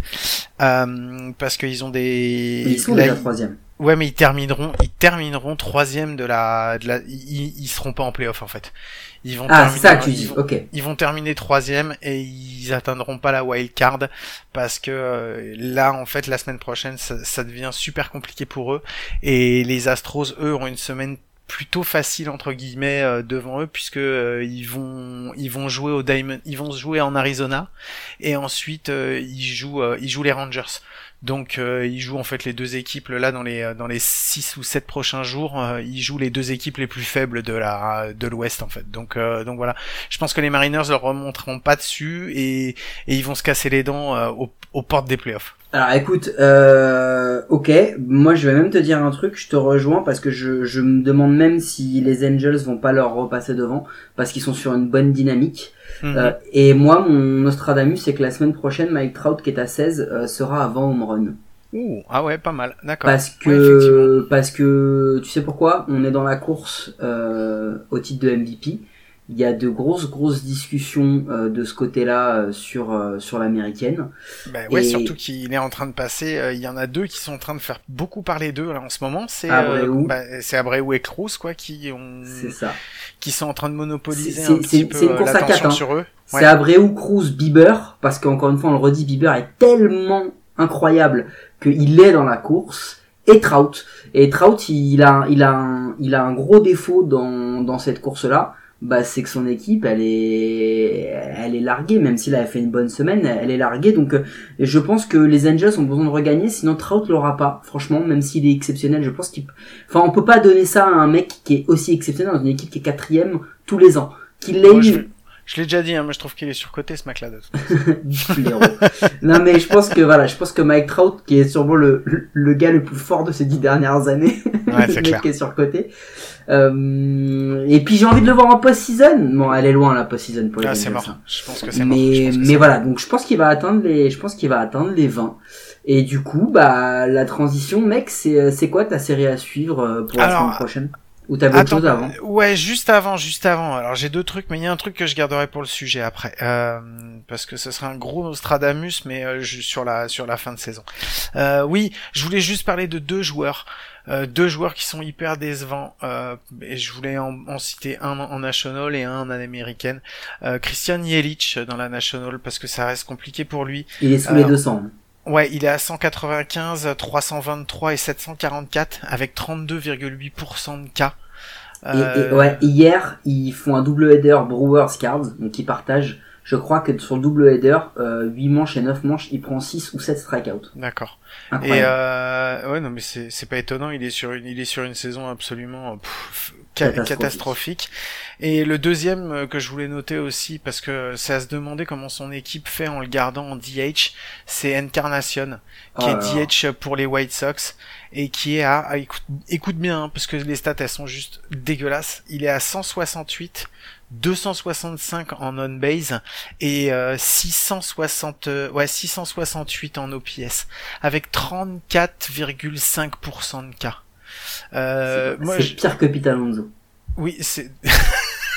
euh, parce qu'ils ont des. Ils sont là, déjà ils- troisième. Ouais, mais ils termineront, ils termineront troisième de la, de la, ils, ils seront pas en playoff en fait. Ils vont Ah, c'est ça que tu ils dis. vont- Ok. Ils vont terminer troisième et ils atteindront pas la wild card parce que euh, là en fait la semaine prochaine ça, ça devient super compliqué pour eux et les Astros eux ont une semaine plutôt facile entre guillemets euh, devant eux puisque euh, ils vont ils vont jouer au Diamond, ils vont se jouer en Arizona et ensuite euh, ils jouent euh, ils jouent les Rangers. Donc euh, ils jouent en fait les deux équipes là dans les dans les six ou sept prochains jours, euh, ils jouent les deux équipes les plus faibles de la de l'Ouest en fait. Donc euh, donc voilà, je pense que les Mariners leur remonteront pas dessus et et ils vont se casser les dents euh, aux, aux portes des playoffs. Alors écoute, euh, ok, moi je vais même te dire un truc, je te rejoins parce que je, je me demande même si les Angels vont pas leur repasser devant parce qu'ils sont sur une bonne dynamique. Mhm. Euh, et moi mon Nostradamus c'est que la semaine prochaine Mike Trout qui est à seize euh, sera avant home run. Ouh, ah ouais, pas mal, d'accord. Parce Ouais, effectivement. que parce que tu sais pourquoi on est dans la course euh, au titre de M V P. Il y a de grosses grosses discussions euh, de ce côté-là euh, sur euh, sur l'américaine. Bah ouais, Et- surtout qu'il est en train de passer. euh, Il y en a deux qui sont en train de faire beaucoup parler d'eux là en ce moment. C'est Abreu. euh, bah, c'est Abreu et Cruz quoi qui ont C'est ça. qui sont en train de monopoliser C'est- un c'est- petit c'est- peu c'est une euh, course à l'attention quatre, hein. sur eux. C'est Ouais. Abreu, Cruz, Bieber, parce qu'encore une fois on le redit, Bieber est tellement incroyable qu'il est dans la course. Et Trout. Et Trout, il a, il a, un, il a un gros défaut dans dans cette course-là. Bah c'est que son équipe elle est elle est larguée, même s'il a fait une bonne semaine, elle est larguée. Donc euh, je pense que les Angels ont besoin de regagner, sinon Trout l'aura pas. Franchement, même s'il est exceptionnel, je pense qu'il, enfin on peut pas donner ça à un mec qui est aussi exceptionnel dans une équipe qui est quatrième tous les ans, qu'il l'ait Moi, je, eu. je l'ai déjà dit, hein, moi je trouve qu'il est surcoté ce mec-là. de toute façon. Blaireau. Non mais je pense que voilà, je pense que Mike Trout qui est sûrement le le, le gars le plus fort de ces dix dernières années, Ouais, le c'est mec clair. qui est surcoté. Euh, et puis j'ai envie de le voir en post-season. Bon, elle est loin la post-season pour les Ah, c'est Angels, mort. hein. Je pense que c'est mort. Je Mais pense que mais c'est voilà, donc je pense qu'il va atteindre les je pense qu'il va atteindre les vingt. Et du coup, bah la transition mec, c'est c'est quoi ta série à suivre euh, pour la Alors, semaine prochaine? Ou t'avais autre Attends, chose avant? euh, ouais, juste avant, juste avant. Alors j'ai deux trucs, mais il y a un truc que je garderai pour le sujet après, euh, parce que ce serait un gros Nostradamus, mais euh, ju- sur la sur la fin de saison. Euh, oui, je voulais juste parler de deux joueurs, euh, deux joueurs qui sont hyper décevants, euh, et je voulais en, en citer un en National et un en américaine. Euh, Christian Yelich dans la National parce que ça reste compliqué pour lui. Il est sous Alors, les deux cents. Ouais, il est à cent quatre-vingt-quinze, trois cent vingt-trois et sept cent quarante-quatre avec trente-deux virgule huit pour cent de cas. Et, et ouais, hier, ils font un double header Brewers Cards, donc ils partagent. Je crois que sur le double header, euh, huit manches et neuf manches, il prend six ou sept strikeouts. D'accord. Incroyable. Et euh, ouais, non, mais c'est c'est pas étonnant. Il est sur une il est sur une saison absolument pff, ca- Catastrophique. catastrophique. Et le deuxième euh, que je voulais noter aussi, parce que c'est à se demander comment son équipe fait en le gardant en D H, c'est Encarnacion, qui Oh est là là. D H pour les White Sox et qui est à, à- écoute, écoute bien, hein, parce que les stats elles sont juste dégueulasses. Il est à cent soixante-huit. deux cent soixante-cinq en on-base et euh, six cent soixante euh, ouais six cent soixante-huit en O P S avec trente-quatre virgule cinq pour cent de cas. Euh, c'est moi c'est je- pire que Pete Alonso. oui, c'est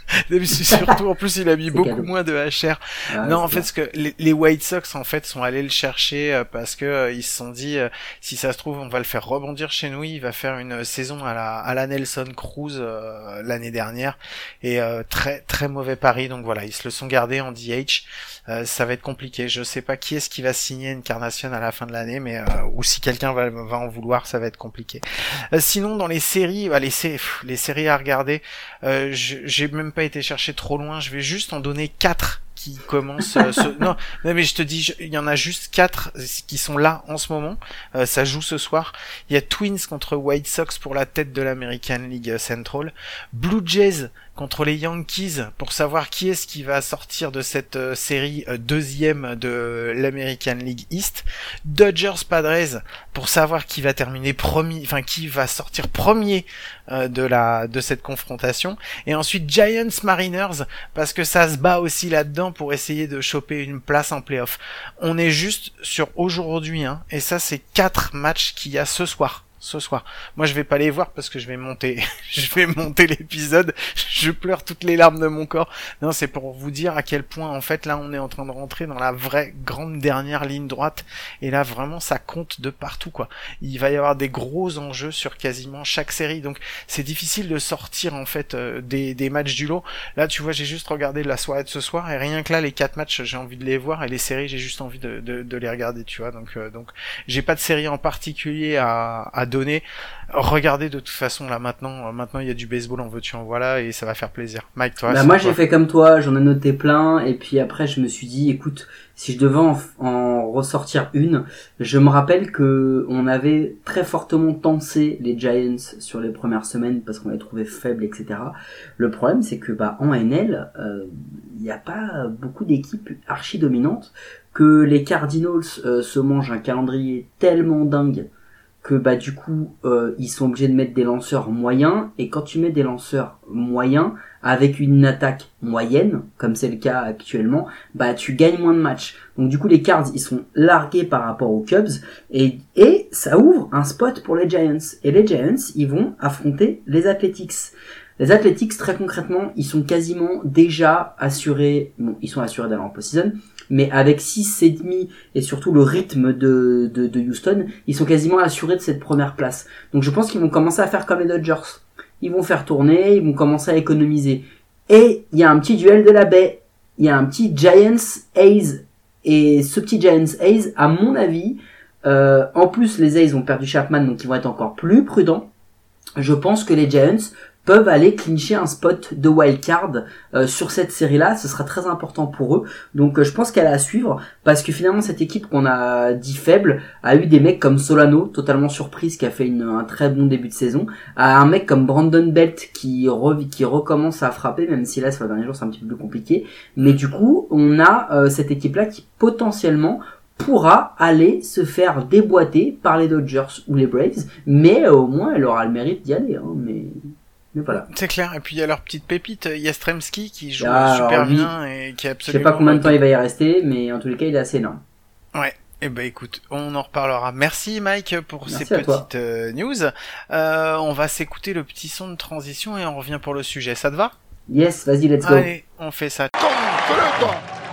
Surtout, en plus, il a mis C'est beaucoup cadeau. moins de H R. Ah, non, en c'est fait, ce que les, les White Sox, en fait, sont allés le chercher euh, parce que euh, ils se sont dit, euh, si ça se trouve, on va le faire rebondir chez nous. Il va faire une saison à la, à la Nelson Cruz euh, l'année dernière et euh, très très mauvais pari. Donc voilà, ils se le sont gardés en D H. Euh, ça va être compliqué. Je sais pas qui est-ce qui va signer une Encarnacion à la fin de l'année, mais euh, ou si quelqu'un va, va en vouloir, ça va être compliqué. Euh, sinon, dans les séries, bah, les, sé- pff, les séries à regarder, euh, je- j'ai même pas été chercher trop loin. Je vais juste en donner quatre qui commencent. Euh, ce... non, non, mais je te dis, je- il y en a juste quatre qui sont là en ce moment. Euh, ça joue ce soir. Il y a Twins contre White Sox pour la tête de l'American League Central. Blue Jays contre les Yankees pour savoir qui est-ce qui va sortir de cette euh, série euh, deuxième de l'American League East. Dodgers Padres pour savoir qui va terminer premier, enfin qui va sortir premier euh, de la de cette confrontation. Et ensuite Giants Mariners parce que ça se bat aussi là-dedans pour essayer de choper une place en playoff. On est juste sur aujourd'hui, hein, et ça c'est quatre matchs qu'il y a ce soir. Ce soir. Moi, je vais pas les voir parce que je vais monter, je vais monter l'épisode. Je pleure toutes les larmes de mon corps. Non, c'est pour vous dire à quel point, en fait, là, on est en train de rentrer dans la vraie grande dernière ligne droite. Et là, vraiment, ça compte de partout, quoi. Il va y avoir des gros enjeux sur quasiment chaque série. Donc, c'est difficile de sortir, en fait, euh, des, des matchs du lot. Là, tu vois, j'ai juste regardé la soirée de ce soir et rien que là, les quatre matchs, j'ai envie de les voir et les séries, j'ai juste envie de, de, de les regarder, tu vois. Donc, euh, donc, j'ai pas de série en particulier à, à donner. Regardez de toute façon là maintenant, maintenant il y a du baseball, en veux-tu en voilà, et ça va faire plaisir. Mike, toi, Bah, moi j'ai fait comme toi, j'en ai noté plein, et puis après je me suis dit, écoute, si je devais en, en ressortir une, je me rappelle que on avait très fortement tensé les Giants sur les premières semaines parce qu'on les trouvait faibles, et cetera. Le problème c'est que bah en N L, il euh, n'y a pas beaucoup d'équipes archi dominantes, que les Cardinals euh, se mangent un calendrier tellement dingue que bah du coup euh, ils sont obligés de mettre des lanceurs moyens, et quand tu mets des lanceurs moyens avec une attaque moyenne comme c'est le cas actuellement, bah tu gagnes moins de matchs. Donc du coup les Cards ils sont largués par rapport aux Cubs, et et ça ouvre un spot pour les Giants, et les Giants ils vont affronter les Athletics. Les Athletics, très concrètement, ils sont quasiment déjà assurés, bon, ils sont assurés d'aller en post-season, mais avec six et demi et surtout le rythme de, de, de Houston, ils sont quasiment assurés de cette première place. Donc je pense qu'ils vont commencer à faire comme les Dodgers. Ils vont faire tourner, ils vont commencer à économiser. Et il y a un petit duel de la baie. Il y a un petit Giants-A's. Et ce petit Giants-A's, à mon avis, euh, en plus les A's ont perdu Chapman, donc ils vont être encore plus prudents. Je pense que les Giants peuvent aller clincher un spot de wildcard euh, sur cette série-là. Ce sera très important pour eux. Donc euh, je pense qu'elle est à suivre, parce que finalement cette équipe qu'on a dit faible a eu des mecs comme Solano, totalement surprise, qui a fait une, un très bon début de saison, à un mec comme Brandon Belt qui, re, qui recommence à frapper, même si là sur les derniers jours c'est un petit peu plus compliqué. Mais du coup on a euh, cette équipe-là qui potentiellement pourra aller se faire déboîter par les Dodgers ou les Braves, mais euh, au moins elle aura le mérite d'y aller. Hein, mais... Mais voilà. C'est clair. Et puis il y a leur petite pépite, Yastrzemski, qui joue Ah, super lui, bien et qui est absolument... Je sais pas combien de temps il va y rester, mais en tous les cas, il est assez énorme. Ouais. Eh ben écoute, on en reparlera. Merci Mike pour Merci ces à toi. petites euh, news. Euh, on va s'écouter le petit son de transition et on revient pour le sujet. Ça te va? Yes, vas-y, let's go. Allez, on fait ça. Concreto.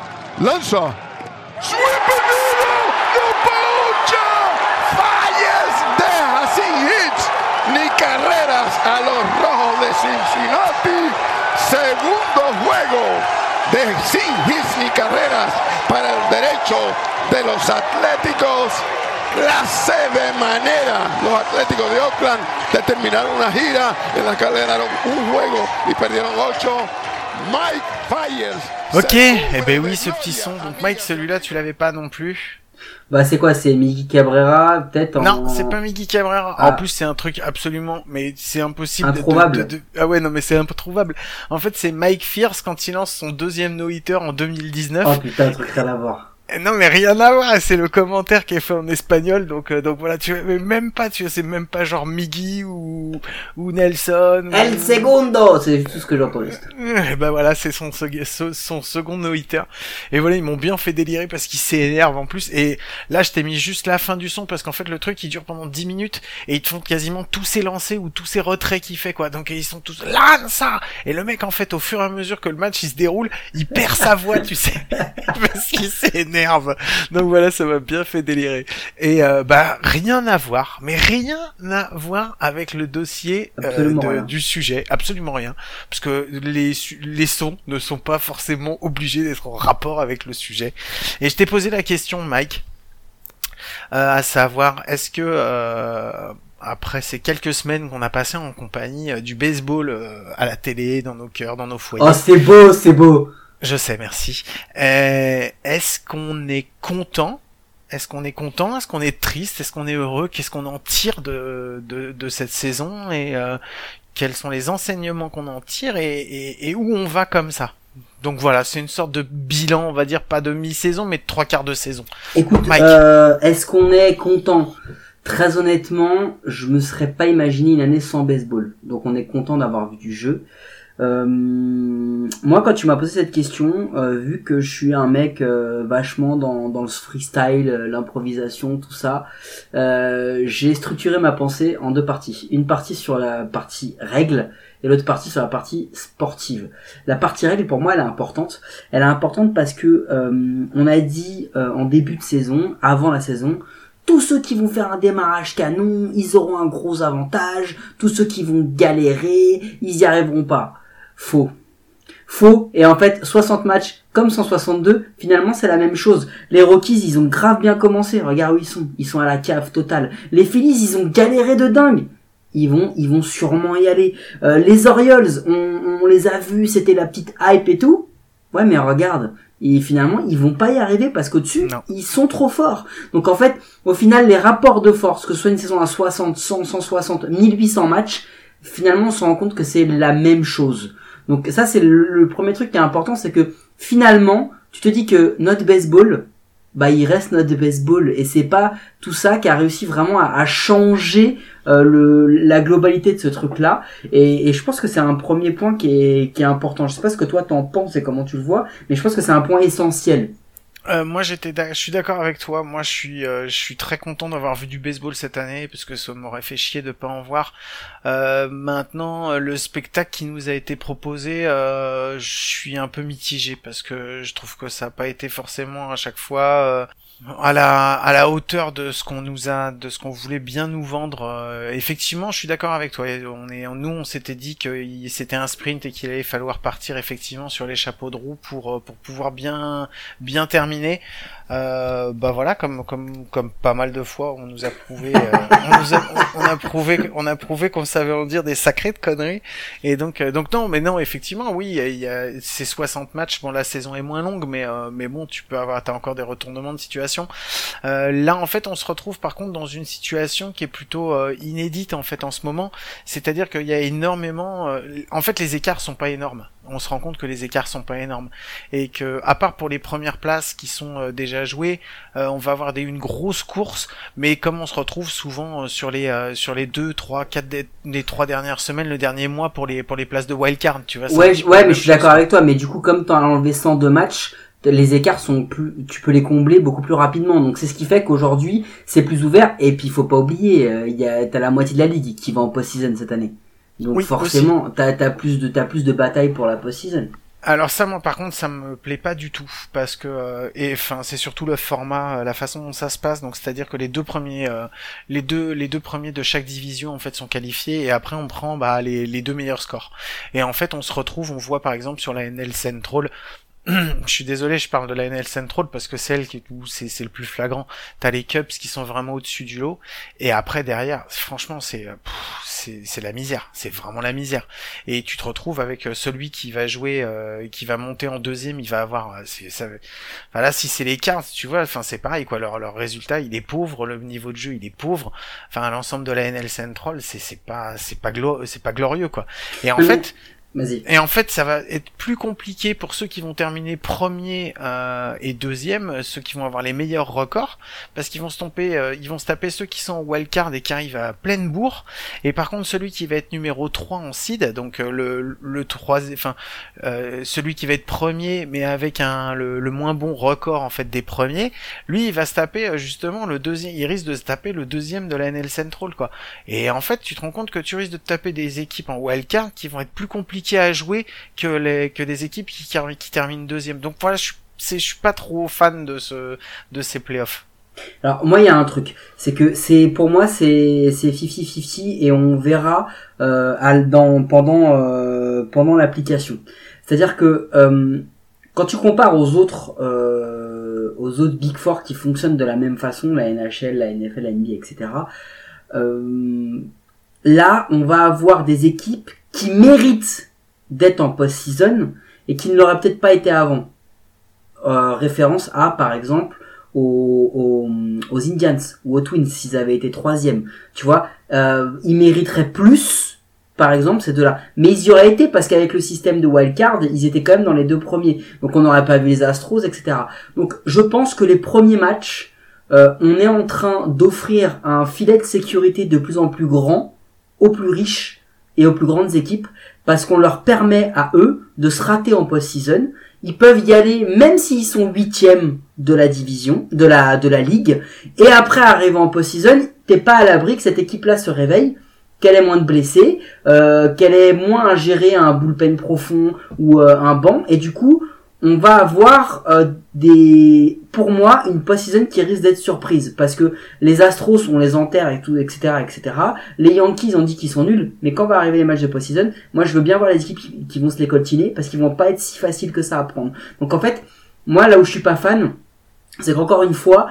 Lanza. Sweeping no poncha. Falles deja sin hits ni carreras a los Rojos de Cincinnati. Segundo juego de sin hits ni carreras para el derecho de los Atléticos. La sé de manera. Los Atléticos de Oakland determinaron una gira en la que ganaron un juego y perdieron ocho. Mike Falles. Ok, eh ben oui, ce petit son. Donc Mike, celui-là, tu l'avais pas non plus. Bah c'est quoi, c'est Miggy Cabrera peut-être en... Non, c'est pas Miggy Cabrera. Ah. En plus, c'est un truc absolument, mais c'est impossible. Introuvable. De, de, de... Ah ouais, non, mais c'est introuvable. En fait, c'est Mike Fierce quand il lance son deuxième no-hitter en deux mille dix-neuf. Oh putain, un truc rien à voir. Non mais rien à voir, c'est le commentaire qui est fait en espagnol, donc euh, donc voilà, tu mais même pas, tu vois, c'est même pas genre Miggy ou ou Nelson. Ou... El segundo, c'est tout ce que j'entends. Et ben voilà, c'est son son, son second no-hitter. Et voilà, ils m'ont bien fait délirer parce qu'ils s'énervent en plus. Et là, je t'ai mis juste la fin du son parce qu'en fait, le truc il dure pendant dix minutes et ils te font quasiment tous ces lancers ou tous ces retraits qu'il fait quoi. Donc ils sont tous là, ça. Et le mec en fait, au fur et à mesure que le match il se déroule, il perd sa voix, tu sais, parce qu'il s'énerve. Donc voilà, ça m'a bien fait délirer. Et euh, bah rien à voir, mais rien à voir avec le dossier euh, de, du sujet, absolument rien, parce que les les sons ne sont pas forcément obligés d'être en rapport avec le sujet. Et je t'ai posé la question, Mike, euh, à savoir, est-ce que euh, après ces quelques semaines qu'on a passées en compagnie euh, du baseball euh, à la télé, dans nos cœurs, dans nos foyers. Oh, c'est beau, c'est beau. Je sais, merci. Euh, est-ce qu'on est content? Est-ce qu'on est content? Est-ce qu'on est triste? Est-ce qu'on est heureux? Qu'est-ce qu'on en tire de, de, de cette saison? Et euh, quels sont les enseignements qu'on en tire et, et, et où on va comme ça? Donc voilà, c'est une sorte de bilan, on va dire, pas de mi-saison, mais de trois quarts de saison. Écoute, euh, est-ce qu'on est content? Très honnêtement, je me serais pas imaginé une année sans baseball. Donc on est content d'avoir vu du jeu. Euh, moi quand tu m'as posé cette question, euh, vu que je suis un mec euh, vachement dans, dans le freestyle, euh, l'improvisation, tout ça, euh, j'ai structuré ma pensée en deux parties. Une partie sur la partie règle et l'autre partie sur la partie sportive. La partie règle pour moi elle est importante. Elle est importante parce que euh, on a dit euh, en début de saison, avant la saison, tous ceux qui vont faire un démarrage canon, ils auront un gros avantage. Tous ceux qui vont galérer, ils y arriveront pas. Faux. Faux. Et en fait, soixante matchs comme cent soixante-deux, finalement, c'est la même chose. Les Rockies, ils ont grave bien commencé. Regarde où ils sont. Ils sont à la cave totale. Les Phillies, ils ont galéré de dingue. Ils vont, ils vont sûrement y aller. Euh, les Orioles, on, on les a vus, c'était la petite hype et tout. Ouais, mais regarde. Et finalement, ils vont pas y arriver parce qu'au-dessus, non. Ils sont trop forts. Donc en fait, au final, les rapports de force, que ce soit une saison à soixante, cent, cent soixante, mille huit cents matchs, finalement, on se rend compte que c'est la même chose. Donc ça, c'est le, le premier truc qui est important, c'est que finalement, tu te dis que notre baseball, bah il reste notre baseball et c'est pas tout ça qui a réussi vraiment à, à changer euh, le la globalité de ce truc-là. Et, et je pense que c'est un premier point qui est qui est important. Je sais pas ce que toi t'en penses et comment tu le vois, mais je pense que c'est un point essentiel. Euh, moi j'étais, je suis d'accord avec toi. Moi je suis, euh, je suis très content d'avoir vu du baseball cette année parce que ça m'aurait fait chier de pas en voir. Euh, maintenant, le spectacle qui nous a été proposé, euh, je suis un peu mitigé parce que je trouve que ça a pas été forcément à chaque fois euh, à la à la hauteur de ce qu'on nous a, de ce qu'on voulait bien nous vendre. Euh, effectivement, je suis d'accord avec toi. On est, nous, on s'était dit que c'était un sprint et qu'il allait falloir partir effectivement sur les chapeaux de roue pour pour pouvoir bien bien terminer. Euh, bah voilà, comme comme comme pas mal de fois, on nous a prouvé, euh, on nous a on, on a prouvé, on a prouvé qu'on savait en dire des sacrées de conneries. Et donc euh, donc non, mais non, effectivement, oui, il y a, il y a ces soixante matchs. Bon, la saison est moins longue, mais euh, mais bon, tu peux avoir, t'as encore des retournements de situation. Euh, là, en fait, on se retrouve par contre dans une situation qui est plutôt euh, inédite en fait en ce moment. C'est-à-dire qu'il y a énormément, euh, en fait, les écarts sont pas énormes. On se rend compte que les écarts sont pas énormes et que à part pour les premières places qui sont euh, déjà jouées, euh, on va avoir des une grosse course, mais comme on se retrouve souvent euh, sur les euh, sur les deux, trois, quatre des, les trois dernières semaines, le dernier mois pour les pour les places de wildcard, tu vois. Ouais, ouais, mais je suis d'accord avec toi. Mais du coup, comme t'en as enlevé cent deux matchs, les écarts sont plus, tu peux les combler beaucoup plus rapidement. Donc c'est ce qui fait qu'aujourd'hui c'est plus ouvert. Et puis il faut pas oublier, il euh, y a t'as la moitié de la ligue qui va en post-season cette année. Donc oui, forcément, t'as, t'as plus de, t'as plus de batailles pour la post-season. Alors ça, moi, par contre, ça me plaît pas du tout parce que, euh, et enfin, c'est surtout le format, euh, la façon dont ça se passe. Donc, c'est-à-dire que les deux premiers, euh, les deux, les deux premiers de chaque division en fait sont qualifiés et après on prend bah les les deux meilleurs scores. Et en fait, on se retrouve, on voit par exemple sur la N L Central. Je suis désolé, je parle de la N L Central parce que celle qui où c'est c'est le plus flagrant. T'as les Cubs qui sont vraiment au-dessus du lot et après derrière, franchement, c'est pff, c'est c'est la misère, c'est vraiment la misère. Et tu te retrouves avec celui qui va jouer, euh, qui va monter en deuxième, il va avoir, c'est ça. Enfin là, si c'est les Cards, tu vois, enfin c'est pareil quoi. Leur leur résultat, il est pauvre, le niveau de jeu, il est pauvre. Enfin l'ensemble de la N L Central, c'est c'est pas c'est pas glo c'est pas glorieux quoi. Et en mmh. fait. Vas-y. Et en fait, ça va être plus compliqué pour ceux qui vont terminer premier euh, et deuxième, ceux qui vont avoir les meilleurs records, parce qu'ils vont se taper, euh, ils vont se taper ceux qui sont en wildcard et qui arrivent à pleine bourre. Et par contre, celui qui va être numéro trois en seed, donc euh, le le troisième, enfin euh, celui qui va être premier, mais avec un le, le moins bon record en fait des premiers, lui, il va se taper euh, justement le deuxième, il risque de se taper le deuxième de la N L Central, quoi. Et en fait, tu te rends compte que tu risques de te taper des équipes en wildcard qui vont être plus compliquées à jouer que les que des équipes qui qui terminent deuxième. Donc voilà, je c'est je suis pas trop fan de ce de ces playoffs. Alors moi il y a un truc, c'est que c'est pour moi c'est c'est cinquante cinquante et on verra euh, à, dans pendant euh, pendant l'application. C'est-à-dire que euh, quand tu compares aux autres euh, aux autres Big Four qui fonctionnent de la même façon, la N H L, la N F L, la N B A, et cetera. Euh, là, on va avoir des équipes qui méritent d'être en post-season et qui ne l'auraient peut-être pas été avant. Euh, référence à, par exemple, aux, aux, aux Indians ou aux Twins s'ils avaient été troisième. Tu vois, euh, ils mériteraient plus, par exemple, ces deux-là. Mais ils y auraient été parce qu'avec le système de wildcard, ils étaient quand même dans les deux premiers. Donc on n'aurait pas vu les Astros, et cetera. Donc je pense que les premiers matchs, euh, on est en train d'offrir un filet de sécurité de plus en plus grand aux plus riches et aux plus grandes équipes, parce qu'on leur permet à eux de se rater en post-season. Ils peuvent y aller même s'ils sont huitièmes de la division, de la de la ligue, et après arriver en post-season, t'es pas à l'abri que cette équipe-là se réveille, qu'elle ait moins de blessés, euh, qu'elle ait moins à gérer un bullpen profond ou euh, un banc, et du coup, on va avoir euh, des, pour moi, une post-season qui risque d'être surprise, parce que les Astros, on les enterre et tout, et cetera, et cetera. Les Yankees, on dit qu'ils sont nuls, mais quand va arriver les matchs de post-season, moi, je veux bien voir les équipes qui, qui vont se les coltiner, parce qu'ils vont pas être si faciles que ça à prendre. Donc, en fait, moi, là où je suis pas fan, c'est qu'encore une fois,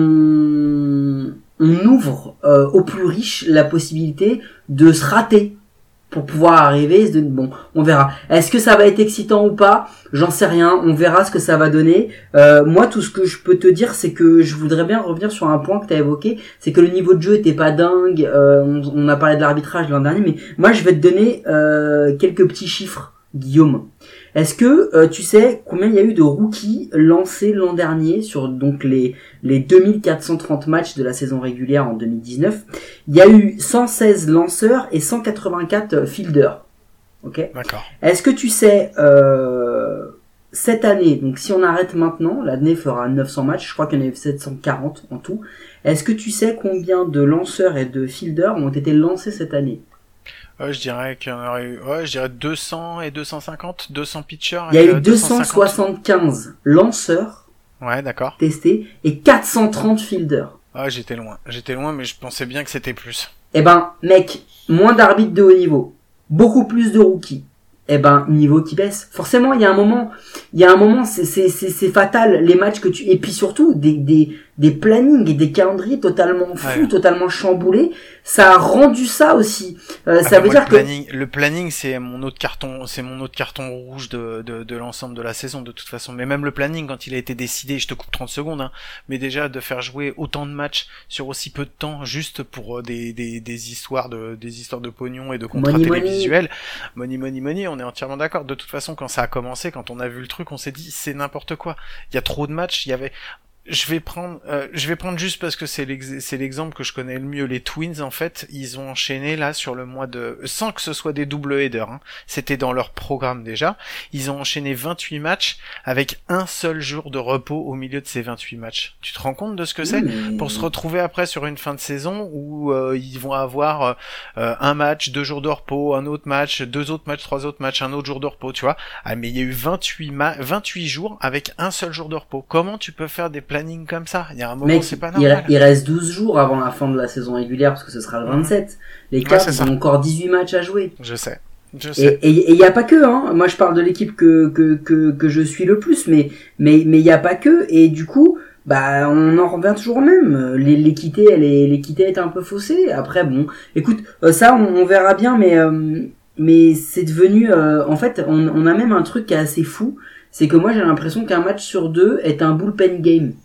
on, on ouvre euh, aux plus riches la possibilité de se rater pour pouvoir arriver. Bon, on verra. Est-ce que ça va être excitant ou pas? J'en sais rien. On verra ce que ça va donner. Euh, moi, tout ce que je peux te dire, c'est que je voudrais bien revenir sur un point que tu as évoqué, c'est que le niveau de jeu était pas dingue. Euh, on, on a parlé de l'arbitrage l'an dernier, mais moi, je vais te donner euh, quelques petits chiffres, Guillaume. Est-ce que euh, tu sais combien il y a eu de rookies lancés l'an dernier sur donc les les deux mille quatre cent trente matchs de la saison régulière en deux mille dix-neuf? Il y a eu cent seize lanceurs et cent quatre-vingt-quatre fielders. OK? D'accord. Est-ce que tu sais euh, cette année, donc si on arrête maintenant, l'année fera neuf cents matchs, je crois qu'il y en a eu sept cent quarante en tout. Est-ce que tu sais combien de lanceurs et de fielders ont été lancés cette année? Ouais, je dirais qu'il y en aurait eu, ouais, je dirais deux cents et deux cent cinquante, deux cents pitchers. Il y a eu deux cent soixante-quinze lanceurs. Ouais, d'accord. Testés et quatre cent trente fielders. Ah, j'étais loin. J'étais loin, mais je pensais bien que c'était plus. Eh ben, mec, moins d'arbitres de haut niveau, beaucoup plus de rookies. Eh ben, niveau qui baisse. Forcément, il y a un moment, il y a un moment, c'est, c'est, c'est, c'est fatal, les matchs que tu, et puis surtout, des, des, des plannings et des calendriers totalement fous, ouais. totalement chamboulés. Ça a rendu ça aussi. Euh, ah ça veut moi, dire le que planning, le planning, c'est mon autre carton, c'est mon autre carton rouge de, de, de l'ensemble de la saison, de toute façon. Mais même le planning, quand il a été décidé, je te coupe trente secondes, hein, mais déjà, de faire jouer autant de matchs sur aussi peu de temps, juste pour des, des, des histoires de, des histoires de pognon et de contrats money, télévisuels. Money, money, money, on est entièrement d'accord. De toute façon, quand ça a commencé, quand on a vu le truc, on s'est dit, c'est n'importe quoi. Il y a trop de matchs, il y avait, je vais prendre, euh, je vais prendre juste parce que c'est l'ex- c'est l'exemple que je connais le mieux. Les Twins, en fait, ils ont enchaîné là sur le mois de, sans que ce soit des double headers, hein. C'était dans leur programme déjà. Ils ont enchaîné vingt-huit matchs avec un seul jour de repos au milieu de ces vingt-huit matchs. Tu te rends compte de ce que c'est? Mmh. Pour se retrouver après sur une fin de saison où euh, ils vont avoir euh, un match, deux jours de repos, un autre match, deux autres matchs, trois autres matchs, un autre jour de repos, tu vois. Ah, mais il y a eu vingt-huit ma- vingt-huit jours avec un seul jour de repos. Comment tu peux faire des planning comme ça? Il y a un moment, mec, c'est pas normal. Il, il reste douze jours avant la fin de la saison régulière parce que ce sera le vingt-sept. Mmh. Les Cavs ouais, ont encore dix-huit matchs à jouer. Je sais. Je sais. Et il y a pas que, hein. Moi, je parle de l'équipe que, que, que, que je suis le plus, mais, mais, mais il y a pas que. Et du coup, bah, on en revient toujours au même. L'équité, elle est, l'équité est un peu faussée. Après, bon, écoute, ça, on, on verra bien, mais, euh, mais c'est devenu, euh, en fait, on, on a même un truc qui est assez fou. C'est que moi, j'ai l'impression qu'un match sur deux est un bullpen game.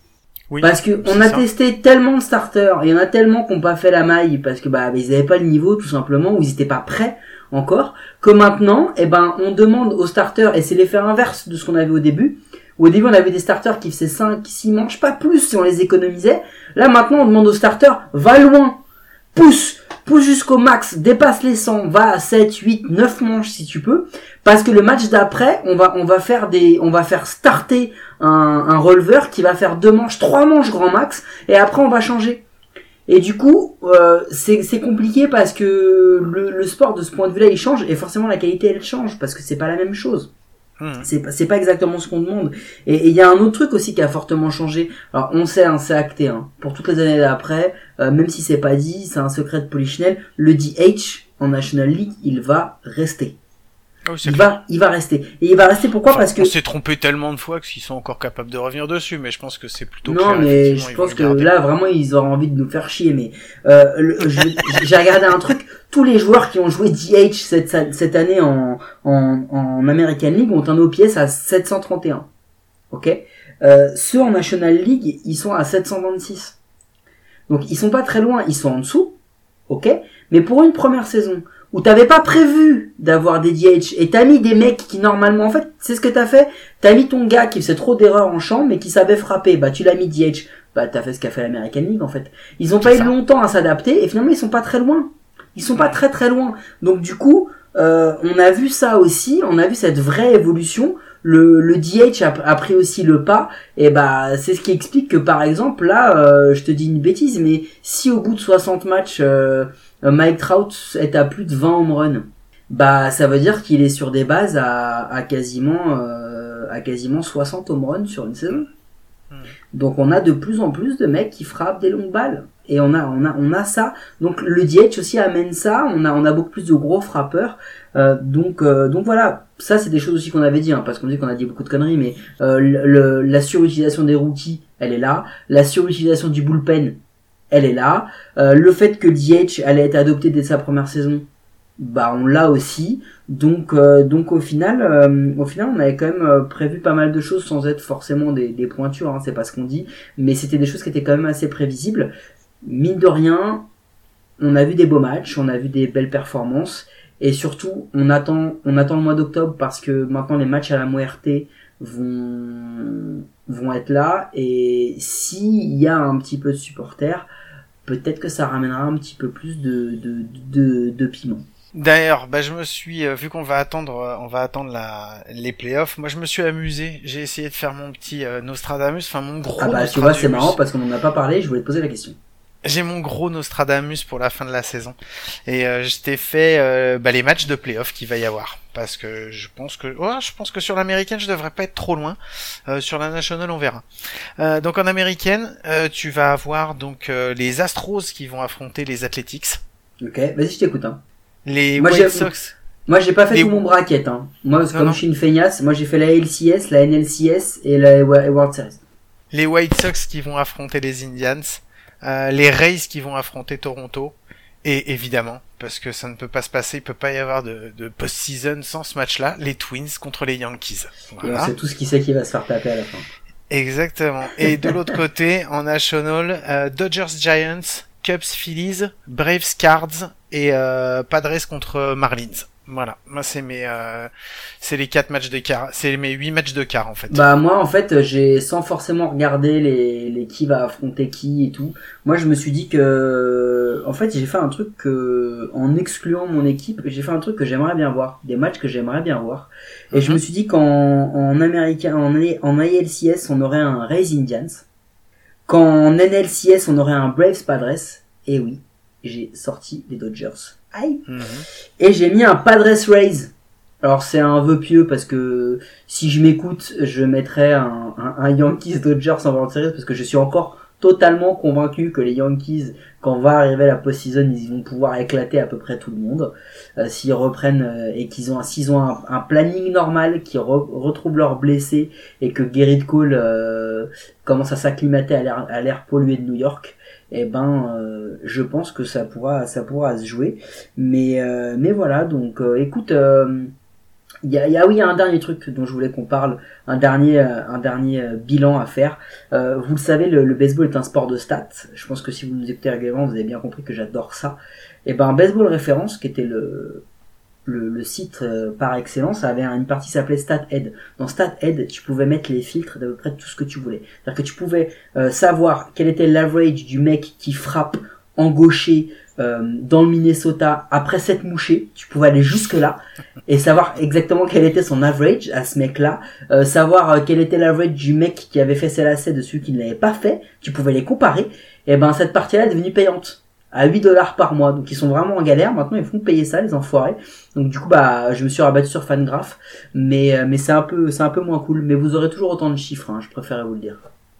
Oui, parce que on a ça. testé tellement de starters, et il y en a tellement qui n'ont pas fait la maille parce que bah ils n'avaient pas le niveau tout simplement, ou ils n'étaient pas prêts encore, que maintenant, eh ben on demande aux starters, et c'est l'effet inverse de ce qu'on avait au début. Où au début on avait des starters qui faisaient cinq, six manches, pas plus si on les économisait. Là maintenant on demande aux starters, va loin, pousse, pousse jusqu'au max, dépasse les cent, va à sept, huit, neuf manches si tu peux, parce que le match d'après, on va on va faire des on va faire starter un un releveur qui va faire deux manches, trois manches grand max, et après on va changer. Et du coup, euh, c'est c'est compliqué parce que le le sport de ce point de vue-là, il change, et forcément la qualité elle change parce que c'est pas la même chose. Mmh. C'est pas c'est pas exactement ce qu'on demande. Et il y a un autre truc aussi qui a fortement changé. Alors on sait, hein, c'est acté, hein, pour toutes les années d'après, euh, même si c'est pas dit, c'est un secret de Polichinelle, le D H en National League, il va rester. Oh, il clair. va, il va rester. Et il va rester pourquoi? Enfin, parce que on s'est trompé tellement de fois qu'ils sont encore capables de revenir dessus, mais je pense que c'est plutôt non, clair, mais je pense que là vraiment ils auraient envie de nous faire chier. Mais euh, le, je, j'ai regardé un truc. Tous les joueurs qui ont joué D H cette cette année en en en American League ont un O P S à sept cent trente et un. Ok. Euh, ceux en National League, ils sont à sept cent vingt-six. Donc ils sont pas très loin. Ils sont en dessous. Ok. Mais pour une première saison où t'avais pas prévu d'avoir des D H et t'as mis des mecs qui normalement, en fait, c'est ce que t'as fait. T'as mis ton gars qui faisait trop d'erreurs en champ mais qui savait frapper. Bah tu l'as mis D H. Bah t'as fait ce qu'a fait l'American League en fait. Ils ont c'est pas ça. eu longtemps à s'adapter et finalement ils sont pas très loin. Ils sont pas très très loin. Donc du coup, euh, on a vu ça aussi, on a vu cette vraie évolution. Le, le D H a, a pris aussi le pas. Et bah c'est ce qui explique que par exemple là, euh, je te dis une bêtise, mais si au bout de soixante matchs, euh, Mike Trout est à plus de vingt home runs, bah ça veut dire qu'il est sur des bases à, à quasiment euh, à quasiment soixante home runs sur une saison. Donc on a de plus en plus de mecs qui frappent des longues balles. Et on a, on a, on a ça. Donc le D H aussi amène ça. On a, on a beaucoup plus de gros frappeurs. Euh, donc, euh, donc voilà. Ça c'est des choses aussi qu'on avait dit, hein, parce qu'on dit qu'on a dit beaucoup de conneries, mais euh, le, la surutilisation des rookies, elle est là. La surutilisation du bullpen, elle est là. Euh, le fait que le D H allait être adopté dès sa première saison, bah on l'a aussi. Donc, euh, donc au final, euh, au final, on avait quand même euh, prévu pas mal de choses sans être forcément des, des pointures. Hein, c'est pas ce qu'on dit, mais c'était des choses qui étaient quand même assez prévisibles. Mine de rien, on a vu des beaux matchs, on a vu des belles performances, et surtout, on attend, on attend le mois d'octobre parce que maintenant les matchs à la Muerte vont, vont être là, et s'il y a un petit peu de supporters, peut-être que ça ramènera un petit peu plus de, de, de, de piment. D'ailleurs, bah je me suis euh, vu qu'on va attendre, euh, on va attendre la les playoffs. Moi, je me suis amusé. J'ai essayé de faire mon petit euh, Nostradamus, enfin mon gros. Ah bah Nostradamus. Tu vois, c'est marrant parce qu'on en a pas parlé. Je voulais te poser la question. J'ai mon gros Nostradamus pour la fin de la saison. Et euh, je t'ai fait euh, bah, les matchs de playoff qu'il va y avoir. Parce que je pense que ouais, je pense que sur l'américaine, je devrais pas être trop loin. Euh, sur la nationale, on verra. Euh, donc en américaine, euh, tu vas avoir donc euh, les Astros qui vont affronter les Athletics. Ok, vas-y, je t'écoute. Hein. Les moi, White j'ai... Sox. Moi, j'ai pas fait les... tout mon bracket. Hein. Moi, non, comme non. je suis une feignasse, moi j'ai fait la L C S, la N L C S et la World Series. Les White Sox qui vont affronter les Indians. Euh, les Rays qui vont affronter Toronto, et évidemment, parce que ça ne peut pas se passer, il peut pas y avoir de, de post-season sans ce match-là, les Twins contre les Yankees. Voilà. Et on sait tous qui c'est qui va se faire taper à la fin. Exactement. Et de l'autre côté, en National, euh, Dodgers Giants, Cubs Phillies, Braves Cards et euh, Padres contre Marlins. Voilà, moi c'est mes euh, c'est les quatre matchs de quart, c'est mes huit matchs de quart en fait. Bah moi en fait, j'ai sans forcément regarder les les qui va affronter qui et tout. Moi je me suis dit que en fait, j'ai fait un truc que en excluant mon équipe, j'ai fait un truc que j'aimerais bien voir, des matchs que j'aimerais bien voir. Et mm-hmm. je me suis dit qu'en en américain en en A L C S, on aurait un Rays Indians. Qu'en N L C S, on aurait un Braves Padres. Et oui, j'ai sorti les Dodgers. Aïe. Mmh. Et j'ai mis un Padres Rays. Alors c'est un vœu pieux parce que si je m'écoute, je mettrais un, un, un Yankees Dodgers en World Series parce que je suis encore totalement convaincu que les Yankees, quand va arriver la post-season, ils vont pouvoir éclater à peu près tout le monde. Euh, s'ils reprennent euh, et qu'ils ont, s'ils ont un, un planning normal, qu'ils re, retrouvent leurs blessés et que Gerrit Cole euh, commence à s'acclimater à l'air, à l'air pollué de New York. Eh ben, euh, je pense que ça pourra, ça pourra se jouer. Mais, euh, mais voilà. Donc, euh, écoute, euh, Il y a, il y a, oui, il y a un dernier truc dont je voulais qu'on parle, un dernier, euh, un dernier euh, bilan à faire. Euh, vous le savez, le, le baseball est un sport de stats. Je pense que si vous nous écoutez régulièrement, vous avez bien compris que j'adore ça. Et ben, Baseball Référence, qui était le, le, le site euh, par excellence, avait une partie qui s'appelait StatHead. Dans StatHead, tu pouvais mettre les filtres d'à peu près tout ce que tu voulais. C'est-à-dire que tu pouvais euh, savoir quel était l'average du mec qui frappe en gaucher euh, dans le Minnesota après s'être mouché. Tu pouvais aller jusque là et savoir exactement quel était son average à ce mec-là, euh, savoir euh, quel était l'average du mec qui avait fait ses lacets de celui qui ne l'avait pas fait. Tu pouvais les comparer. Et ben cette partie-là est devenue payante à huit dollars par mois. Donc ils sont vraiment en galère. Maintenant ils font payer ça, les enfoirés. Donc du coup bah je me suis rabattu sur Fangraph, mais euh, mais c'est un peu c'est un peu moins cool. Mais vous aurez toujours autant de chiffres. Hein, je préférais vous le dire.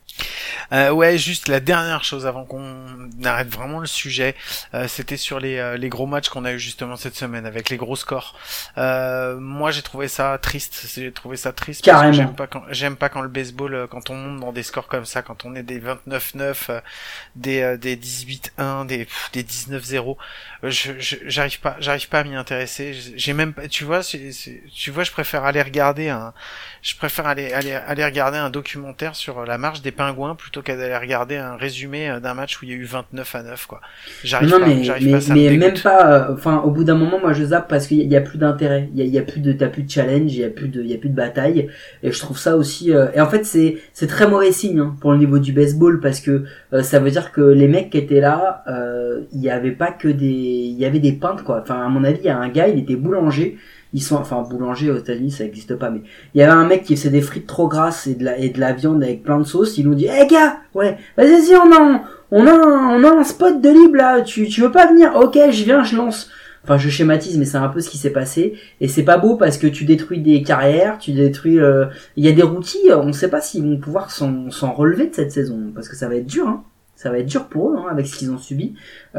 Euh, ouais, juste la dernière chose avant qu'on arrête vraiment le sujet, euh, c'était sur les euh, les gros matchs qu'on a eu justement cette semaine avec les gros scores. Euh, moi, j'ai trouvé ça triste. J'ai trouvé ça triste Carrément. parce que j'aime pas quand j'aime pas quand le baseball, quand on monte dans des scores comme ça, quand on est des vingt-neuf neuf, euh, des euh, des dix-huit un, des pff, des dix-neuf zéro. Je, je j'arrive pas j'arrive pas à m'y intéresser. J'ai même pas, tu vois, c'est, c'est, tu vois, je préfère aller regarder un je préfère aller aller aller regarder un documentaire sur la marche des pingouins plutôt qu'à d'aller regarder un résumé d'un match où il y a eu vingt-neuf à neuf, quoi. J'arrive non, pas, mais, j'arrive mais, pas, ça mais me même dégoûte. pas, enfin, au bout d'un moment, moi, je zappe parce qu'il y, y a plus d'intérêt. Il y a, y a plus de, t'as plus de challenge, il y a plus de, il y a plus de bataille. Et je trouve ça aussi, euh, et en fait, c'est, c'est très mauvais signe, hein, pour le niveau du baseball parce que, euh, ça veut dire que les mecs qui étaient là, euh, il y avait pas que des, il y avait des peintres, quoi. Enfin, à mon avis, il y a un gars, il était boulanger. Ils sont, enfin, boulanger aux États-Unis, ça existe pas, mais il y avait un mec qui faisait des frites trop grasses et de la, et de la viande avec plein de sauce. Ils nous dit, hé hey, gars, ouais, vas-y, on a, un, on a, un, on a un spot de libre là. Tu, tu veux pas venir? Ok, je viens, je lance. Enfin, je schématise, mais c'est un peu ce qui s'est passé. Et c'est pas beau parce que tu détruis des carrières, tu détruis. Euh... Il y a des rookies, on sait pas s'ils vont pouvoir s'en, s'en relever de cette saison parce que ça va être dur, hein. Ça va être dur pour eux, hein, avec ce qu'ils ont subi.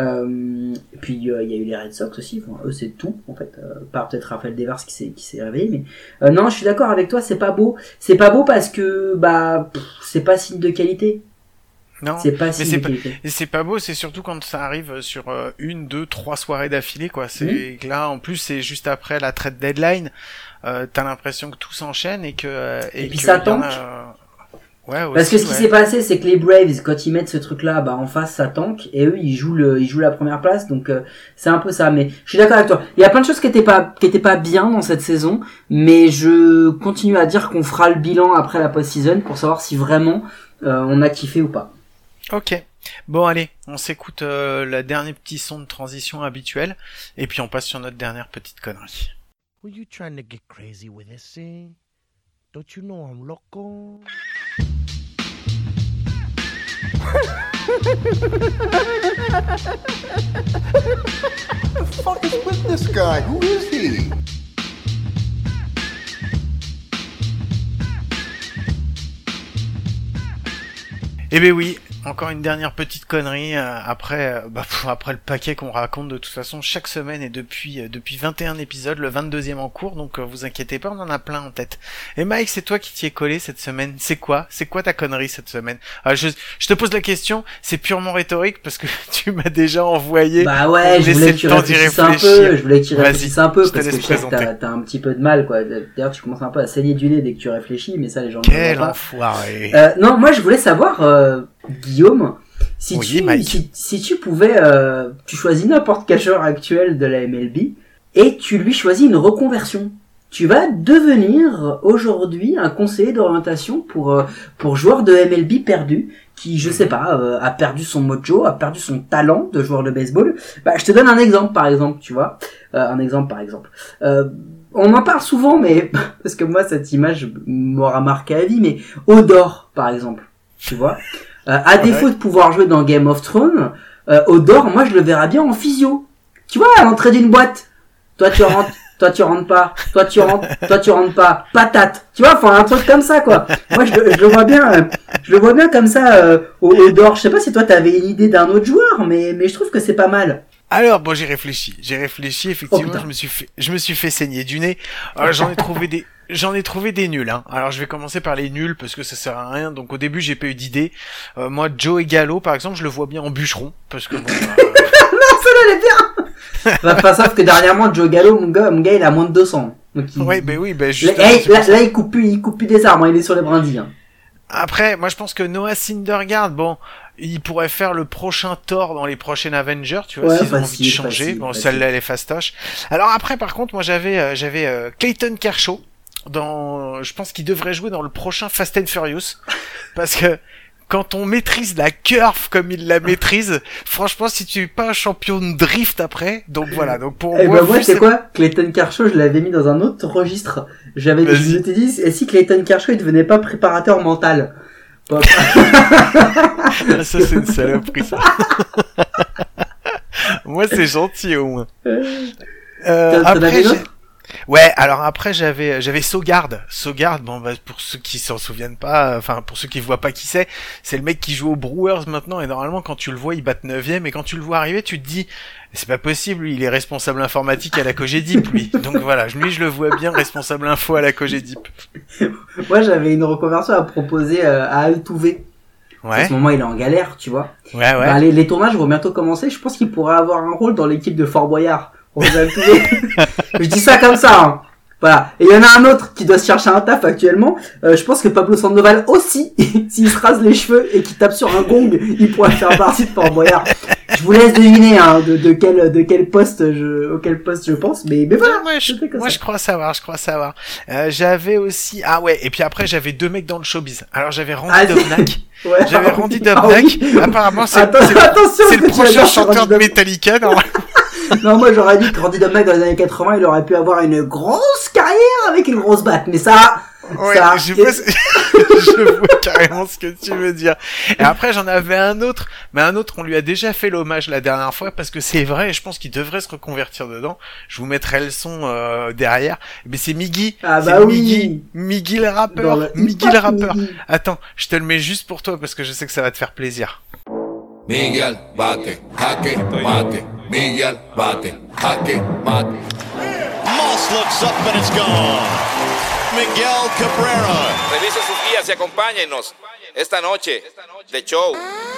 Euh, et puis il euh, y a eu les Red Sox aussi. Enfin, eux c'est tout en fait. Euh, pas peut-être Rafael Devers qui s'est qui s'est réveillé, mais euh, non, je suis d'accord avec toi. C'est pas beau. C'est pas beau parce que bah pff, c'est pas signe de qualité. Non, c'est pas mais signe c'est de pas, qualité. et c'est pas beau, c'est surtout quand ça arrive sur euh, une, deux, trois soirées d'affilée, quoi. C'est mmh. que là, en plus, c'est juste après la trade deadline. Euh, t'as l'impression que tout s'enchaîne et que euh, et, et puis que ça tank. Ouais, aussi, parce que ce qui ouais. s'est passé, c'est que les Braves, quand ils mettent ce truc-là, bah en face ça tank, et eux ils jouent le, ils jouent la première place, donc euh, c'est un peu ça. Mais je suis d'accord avec toi. Il y a plein de choses qui étaient pas, qui étaient pas bien dans cette saison, mais je continue à dire qu'on fera le bilan après la post-season pour savoir si vraiment euh, on a kiffé ou pas. Ok. Bon allez, on s'écoute euh, le dernier petit son de transition habituel, et puis on passe sur notre dernière petite connerie. Were you trying to get crazy with this thing? Don't you know I'm loco? What the fuck is with this guy? Who is he? Eh ben oui, encore une dernière petite connerie euh, après euh, bah, pff, après le paquet qu'on raconte de toute façon chaque semaine et depuis euh, depuis vingt et un épisodes, le vingt-deuxième en cours, donc euh, vous inquiétez pas, on en a plein en tête. Et Mike, c'est toi qui t'y es collé cette semaine. C'est quoi C'est quoi ta connerie cette semaine? ah, je, je te pose la question, c'est purement rhétorique parce que tu m'as déjà envoyé. Bah ouais, je voulais que tu réfléchisses un peu, je voulais que tu réfléchisses un peu parce que je sais que t'as, t'as un petit peu de mal, quoi. D'ailleurs, tu commences un peu à saigner du nez dès que tu réfléchis, mais ça les gens ne Quel comprennent pas. enfoiré. Euh, non, moi je voulais savoir, euh, Guillaume, si, oui, tu, si, si tu pouvais, euh, tu choisis n'importe quel joueur actuel de la M L B et tu lui choisis une reconversion. Tu vas devenir aujourd'hui un conseiller d'orientation pour euh, pour joueur de M L B perdu qui, je sais pas, euh, a perdu son mojo, a perdu son talent de joueur de baseball. Bah, je te donne un exemple par exemple, tu vois, euh, un exemple par exemple. Euh, on en parle souvent, mais parce que moi cette image m'aura marqué à vie. Mais Odor par exemple, tu vois. Euh, à défaut de pouvoir jouer dans Game of Thrones, euh, Odor, moi je le verrais bien en physio. Tu vois, à l'entrée d'une boîte. Toi tu rentres, toi tu rentres pas, toi tu rentres, toi tu rentres pas, patate. Tu vois, enfin un truc comme ça quoi. Moi je, je le vois bien, euh, je le vois bien comme ça, euh, Odor. Je sais pas si toi t'avais une idée d'un autre joueur, mais mais je trouve que c'est pas mal. Alors bon, j'ai réfléchi, j'ai réfléchi effectivement, oh, je me suis fait, je me suis fait saigner du nez. Alors, j'en ai trouvé des, j'en ai trouvé des nuls. Hein. Alors je vais commencer par les nuls parce que ça sert à rien. Donc au début j'ai pas eu d'idée. Euh, moi Joey Gallo par exemple, je le vois bien en bûcheron parce que bon. Euh... non, celle-là elle est bien. Bah, pas sauf que dernièrement Joe Gallo, mon gars, mon gars il a moins de deux cents. Donc, il... Ouais, ben oui, ben là, juste. là, là, là, il coupe plus, il coupe plus des arbres, hein, il est sur les brindilles. Hein. Après, moi je pense que Noah Syndergaard, bon, il pourrait faire le prochain Thor dans les prochaines Avengers, tu vois, Ouais, s'ils ont facile, envie de changer. facile, bon, facile. celle-là, elle est fastoche. Alors après, par contre, moi j'avais, euh, j'avais euh, Clayton Kershaw dans, je pense qu'il devrait jouer dans le prochain Fast and Furious, parce que quand on maîtrise la curve comme il la maîtrise, franchement, si tu es pas un champion de drift après, donc voilà, donc pour Eh moi, ben moi, vu c'est cette- quoi? Clayton Kershaw, je l'avais mis dans un autre registre. J'avais Vas-y. je m'étais dit, et si Clayton Kershaw, il devenait pas préparateur mental? Pas- Ah, ça c'est une saloperie ça. Moi c'est gentil au moins. Euh, T'en- t'en après, avais j'ai- d'autres Ouais, alors après j'avais j'avais Sogard. Sogard, bon bah pour ceux qui s'en souviennent pas, enfin pour ceux qui voient pas qui c'est, c'est le mec qui joue aux Brewers maintenant et normalement quand tu le vois il bat neuvième et quand tu le vois arriver tu te dis c'est pas possible, lui il est responsable informatique à la Cogedip lui. Donc voilà, lui je le vois bien responsable info à la Cogedip. Moi, j'avais une reconversion à proposer euh, à Altuve. En Ouais. ce moment, il est en galère, tu vois. Ouais ouais. Bah, les, les tournages vont bientôt commencer. Je pense qu'il pourrait avoir un rôle dans l'équipe de Fort Boyard. Rose Altuve. Je dis ça comme ça, hein. Voilà. Et il y en a un autre qui doit se chercher un taf actuellement. Euh, je pense que Pablo Sandoval aussi, s'il se rase les cheveux et qu'il tape sur un gong, il pourrait faire partie de Fort Boyard. Je vous laisse deviner, hein, de, de quel, de quel poste je, auquel poste je pense. Mais, mais voilà. moi, je, c'était comme moi ça. je crois savoir, je crois savoir. Euh, j'avais aussi, ah ouais, et puis après j'avais deux mecs dans le showbiz. Alors j'avais Randy Ah, Dobnak. Ouais. J'avais Ah Randy oui. Dobnak. Ah oui. Apparemment c'est Attends, c'est le, attention, c'est ce le que tu vas prochain dire sur chanteur Randy de Dobnak. Metallica. Non Non, moi j'aurais dit que Randy Dobnak dans les années quatre-vingts, il aurait pu avoir une grosse carrière avec une grosse batte. Mais ça, Ouais, ça, je, vois, je vois carrément ce que tu veux dire. Et après, j'en avais un autre, mais un autre, on lui a déjà fait l'hommage la dernière fois parce que c'est vrai, et je pense qu'il devrait se reconvertir dedans. Je vous mettrai le son euh, derrière. Mais c'est Miggy. Ah c'est bah oui. Miggy. Miggy le dans rappeur. le Miggy le rappeur. Miggy. Attends, je te le mets juste pour toi parce que je sais que ça va te faire plaisir. Miguel bate, jaque, mate. Miguel bate, jaque, mate. Moss looks up and it's gone. Miguel Cabrera. Revise sus guías y acompáñenos esta noche de show.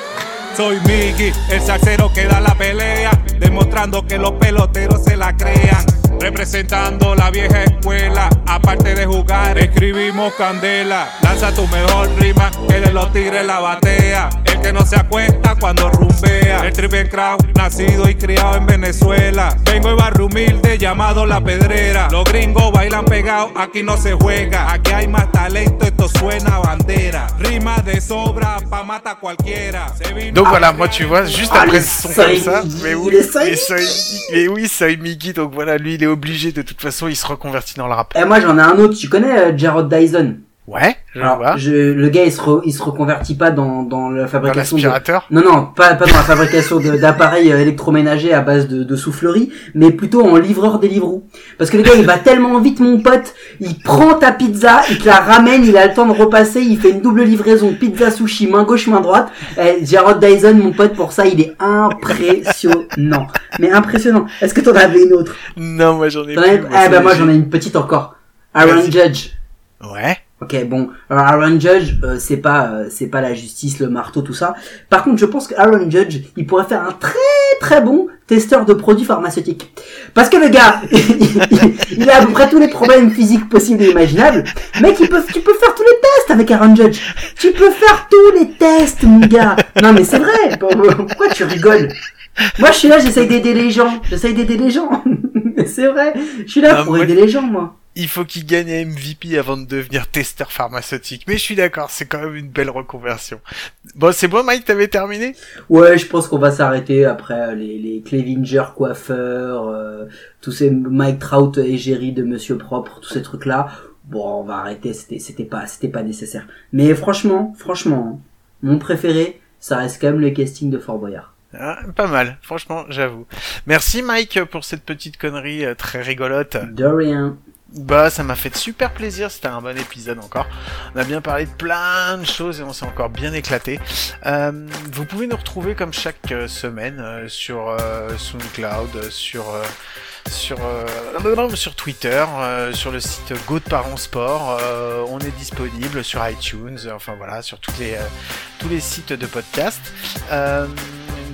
Soy Miggy, el salsero que da la pelea, demostrando que los peloteros se la crean. Representando la vieja escuela, aparte de jugar, escribimos candela. Lanza tu mejor rima, que de los tigres la batea. El que no se acuesta cuando rumbea. El Triple Crown, nacido y criado en Venezuela. Vengo de barrio humilde llamado La Pedrera. Los gringos bailan pegados, aquí no se juega. Aquí hay más talento, esto suena a bandera. Rima de sobra, pa' mata cualquiera. Se vino Donc a voilà, crear- moi tu vois, juste Ah, après les ce son comme Soy ça, Miggy, mais oui, les Soy les Soy- mais oui, Soy Miggy, donc voilà, lui il est obligé, de toute façon il se reconvertit dans le rap. Eh, moi j'en ai un autre. Tu connais euh, Jarrod Dyson? Ouais, je Alors, vois. je, le gars il se, re- il se reconvertit pas dans, dans la Dans fabrication de... l'aspirateur. Non, non, pas, pas dans la fabrication de- d'appareils euh, électroménagers à base de, de soufflerie, mais plutôt en livreur Deliveroo. Parce que le gars, il va tellement vite, mon pote, il prend ta pizza, il te la ramène, il a le temps de repasser, il fait une double livraison, pizza sushi, main gauche, main droite. Eh, Jarrod Dyson, mon pote, pour ça, il est impressionnant. Mais impressionnant. Est-ce que t'en avais une autre? Non, moi j'en ai T'en plus. avais... moi, Eh c'est- ben, moi, j'en ai une petite encore. Aaron Vas-y. Judge. Ouais. Ok, bon, alors Aaron Judge, euh, c'est pas, euh, c'est pas la justice, le marteau, tout ça. Par contre, je pense que Aaron Judge, il pourrait faire un très très bon testeur de produits pharmaceutiques. Parce que le gars, il, il a à peu près tous les problèmes physiques possibles et imaginables. Mec, il peut, tu peux faire tous les tests avec Aaron Judge. Tu peux faire tous les tests, mon gars. Non, mais c'est vrai. Pourquoi tu rigoles? Moi, je suis là, j'essaye d'aider les gens. J'essaye d'aider les gens. C'est vrai. Je suis là Non, pour moi- aider les gens, moi. Il faut qu'il gagne un M V P avant de devenir testeur pharmaceutique. Mais je suis d'accord, c'est quand même une belle reconversion. Bon, c'est bon, Mike, t'avais terminé? Ouais, je pense qu'on va s'arrêter après euh, les, les Clevinger coiffeurs, euh, tous ces Mike Trout égérie de Monsieur Propre, tous ces trucs-là. Bon, on va arrêter, c'était, c'était pas, c'était pas nécessaire. Mais franchement, franchement, hein, mon préféré, ça reste quand même le casting de Fort Boyard. Ah, pas mal, franchement, j'avoue. Merci, Mike, pour cette petite connerie euh, très rigolote. De rien. Bah, ça m'a fait super plaisir, c'était un bon épisode encore. On a bien parlé de plein de choses et on s'est encore bien éclaté. Euh, vous pouvez nous retrouver comme chaque euh, semaine euh, sur euh, SoundCloud, euh, sur euh, sur euh, sur Twitter, euh, sur le site Go de Parents Sport. Euh, on est disponible sur iTunes, enfin voilà, sur toutes les euh, tous les sites de podcast. Euh,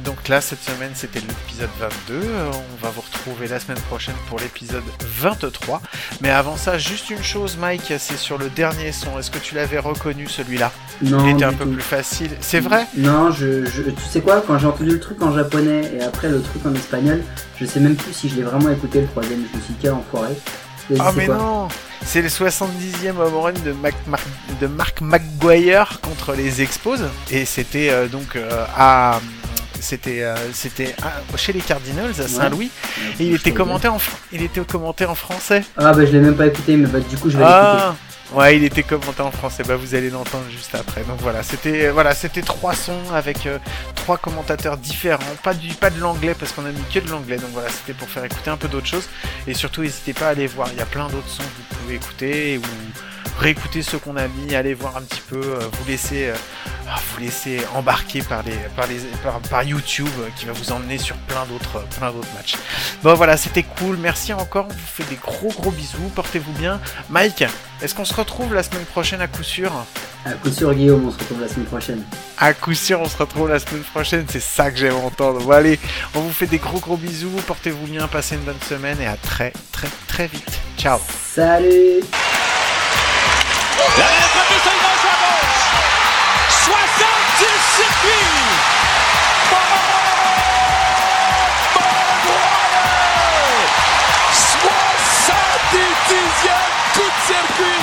donc là, cette semaine, c'était l'épisode vingt-deux. On va vous retrouver la semaine prochaine pour l'épisode vingt-trois. Mais avant ça, juste une chose, Mike, c'est sur le dernier son. Est-ce que tu l'avais reconnu, celui-là? Non. Il était un peu tout. plus facile. C'est vrai? Non, je, je, tu sais quoi, quand j'ai entendu le truc en japonais et après le truc en espagnol, je sais même plus si je l'ai vraiment écouté le troisième. Je me suis dit, quel enfoiré. Et Ah, c'est mais quoi non! C'est le soixante-dixième home run de, Mac, Mar- de Mark McGwire contre les Expos. Et c'était euh, donc euh, à. C'était, euh, c'était à- chez les Cardinals à Saint-Louis. Ouais, Et il je était, connais. commenté en, fr- il était commenté en français. Ah bah je l'ai même pas écouté, mais bah du coup je vais Ah! Ouais, il était commenté en français. Bah, vous allez l'entendre juste après. Donc voilà, c'était voilà, c'était trois sons avec euh, trois commentateurs différents. Pas du, pas de l'anglais parce qu'on a mis que de l'anglais. Donc voilà, c'était pour faire écouter un peu d'autres choses. Et surtout, n'hésitez pas à aller voir. Il y a plein d'autres sons que vous pouvez écouter ou réécouter ceux qu'on a mis. Allez voir un petit peu. Euh, vous laisser, euh, vous laisser embarquer par les, par les, par, par YouTube euh, qui va vous emmener sur plein d'autres, euh, plein d'autres matchs. Bon voilà, c'était cool. Merci encore. On vous fait des gros gros bisous. Portez-vous bien, Mike. Est-ce qu'on se retrouve la semaine prochaine à coup sûr? À coup sûr, Guillaume, on se retrouve la semaine prochaine. À coup sûr, on se retrouve la semaine prochaine, c'est ça que j'aime entendre. Bon allez, on vous fait des gros gros bisous, portez-vous bien, passez une bonne semaine et à très très très vite. Ciao. Salut. La frappe sur le gauche à gauche. soixante-dix circuits. soixante-dixième coup de circuit.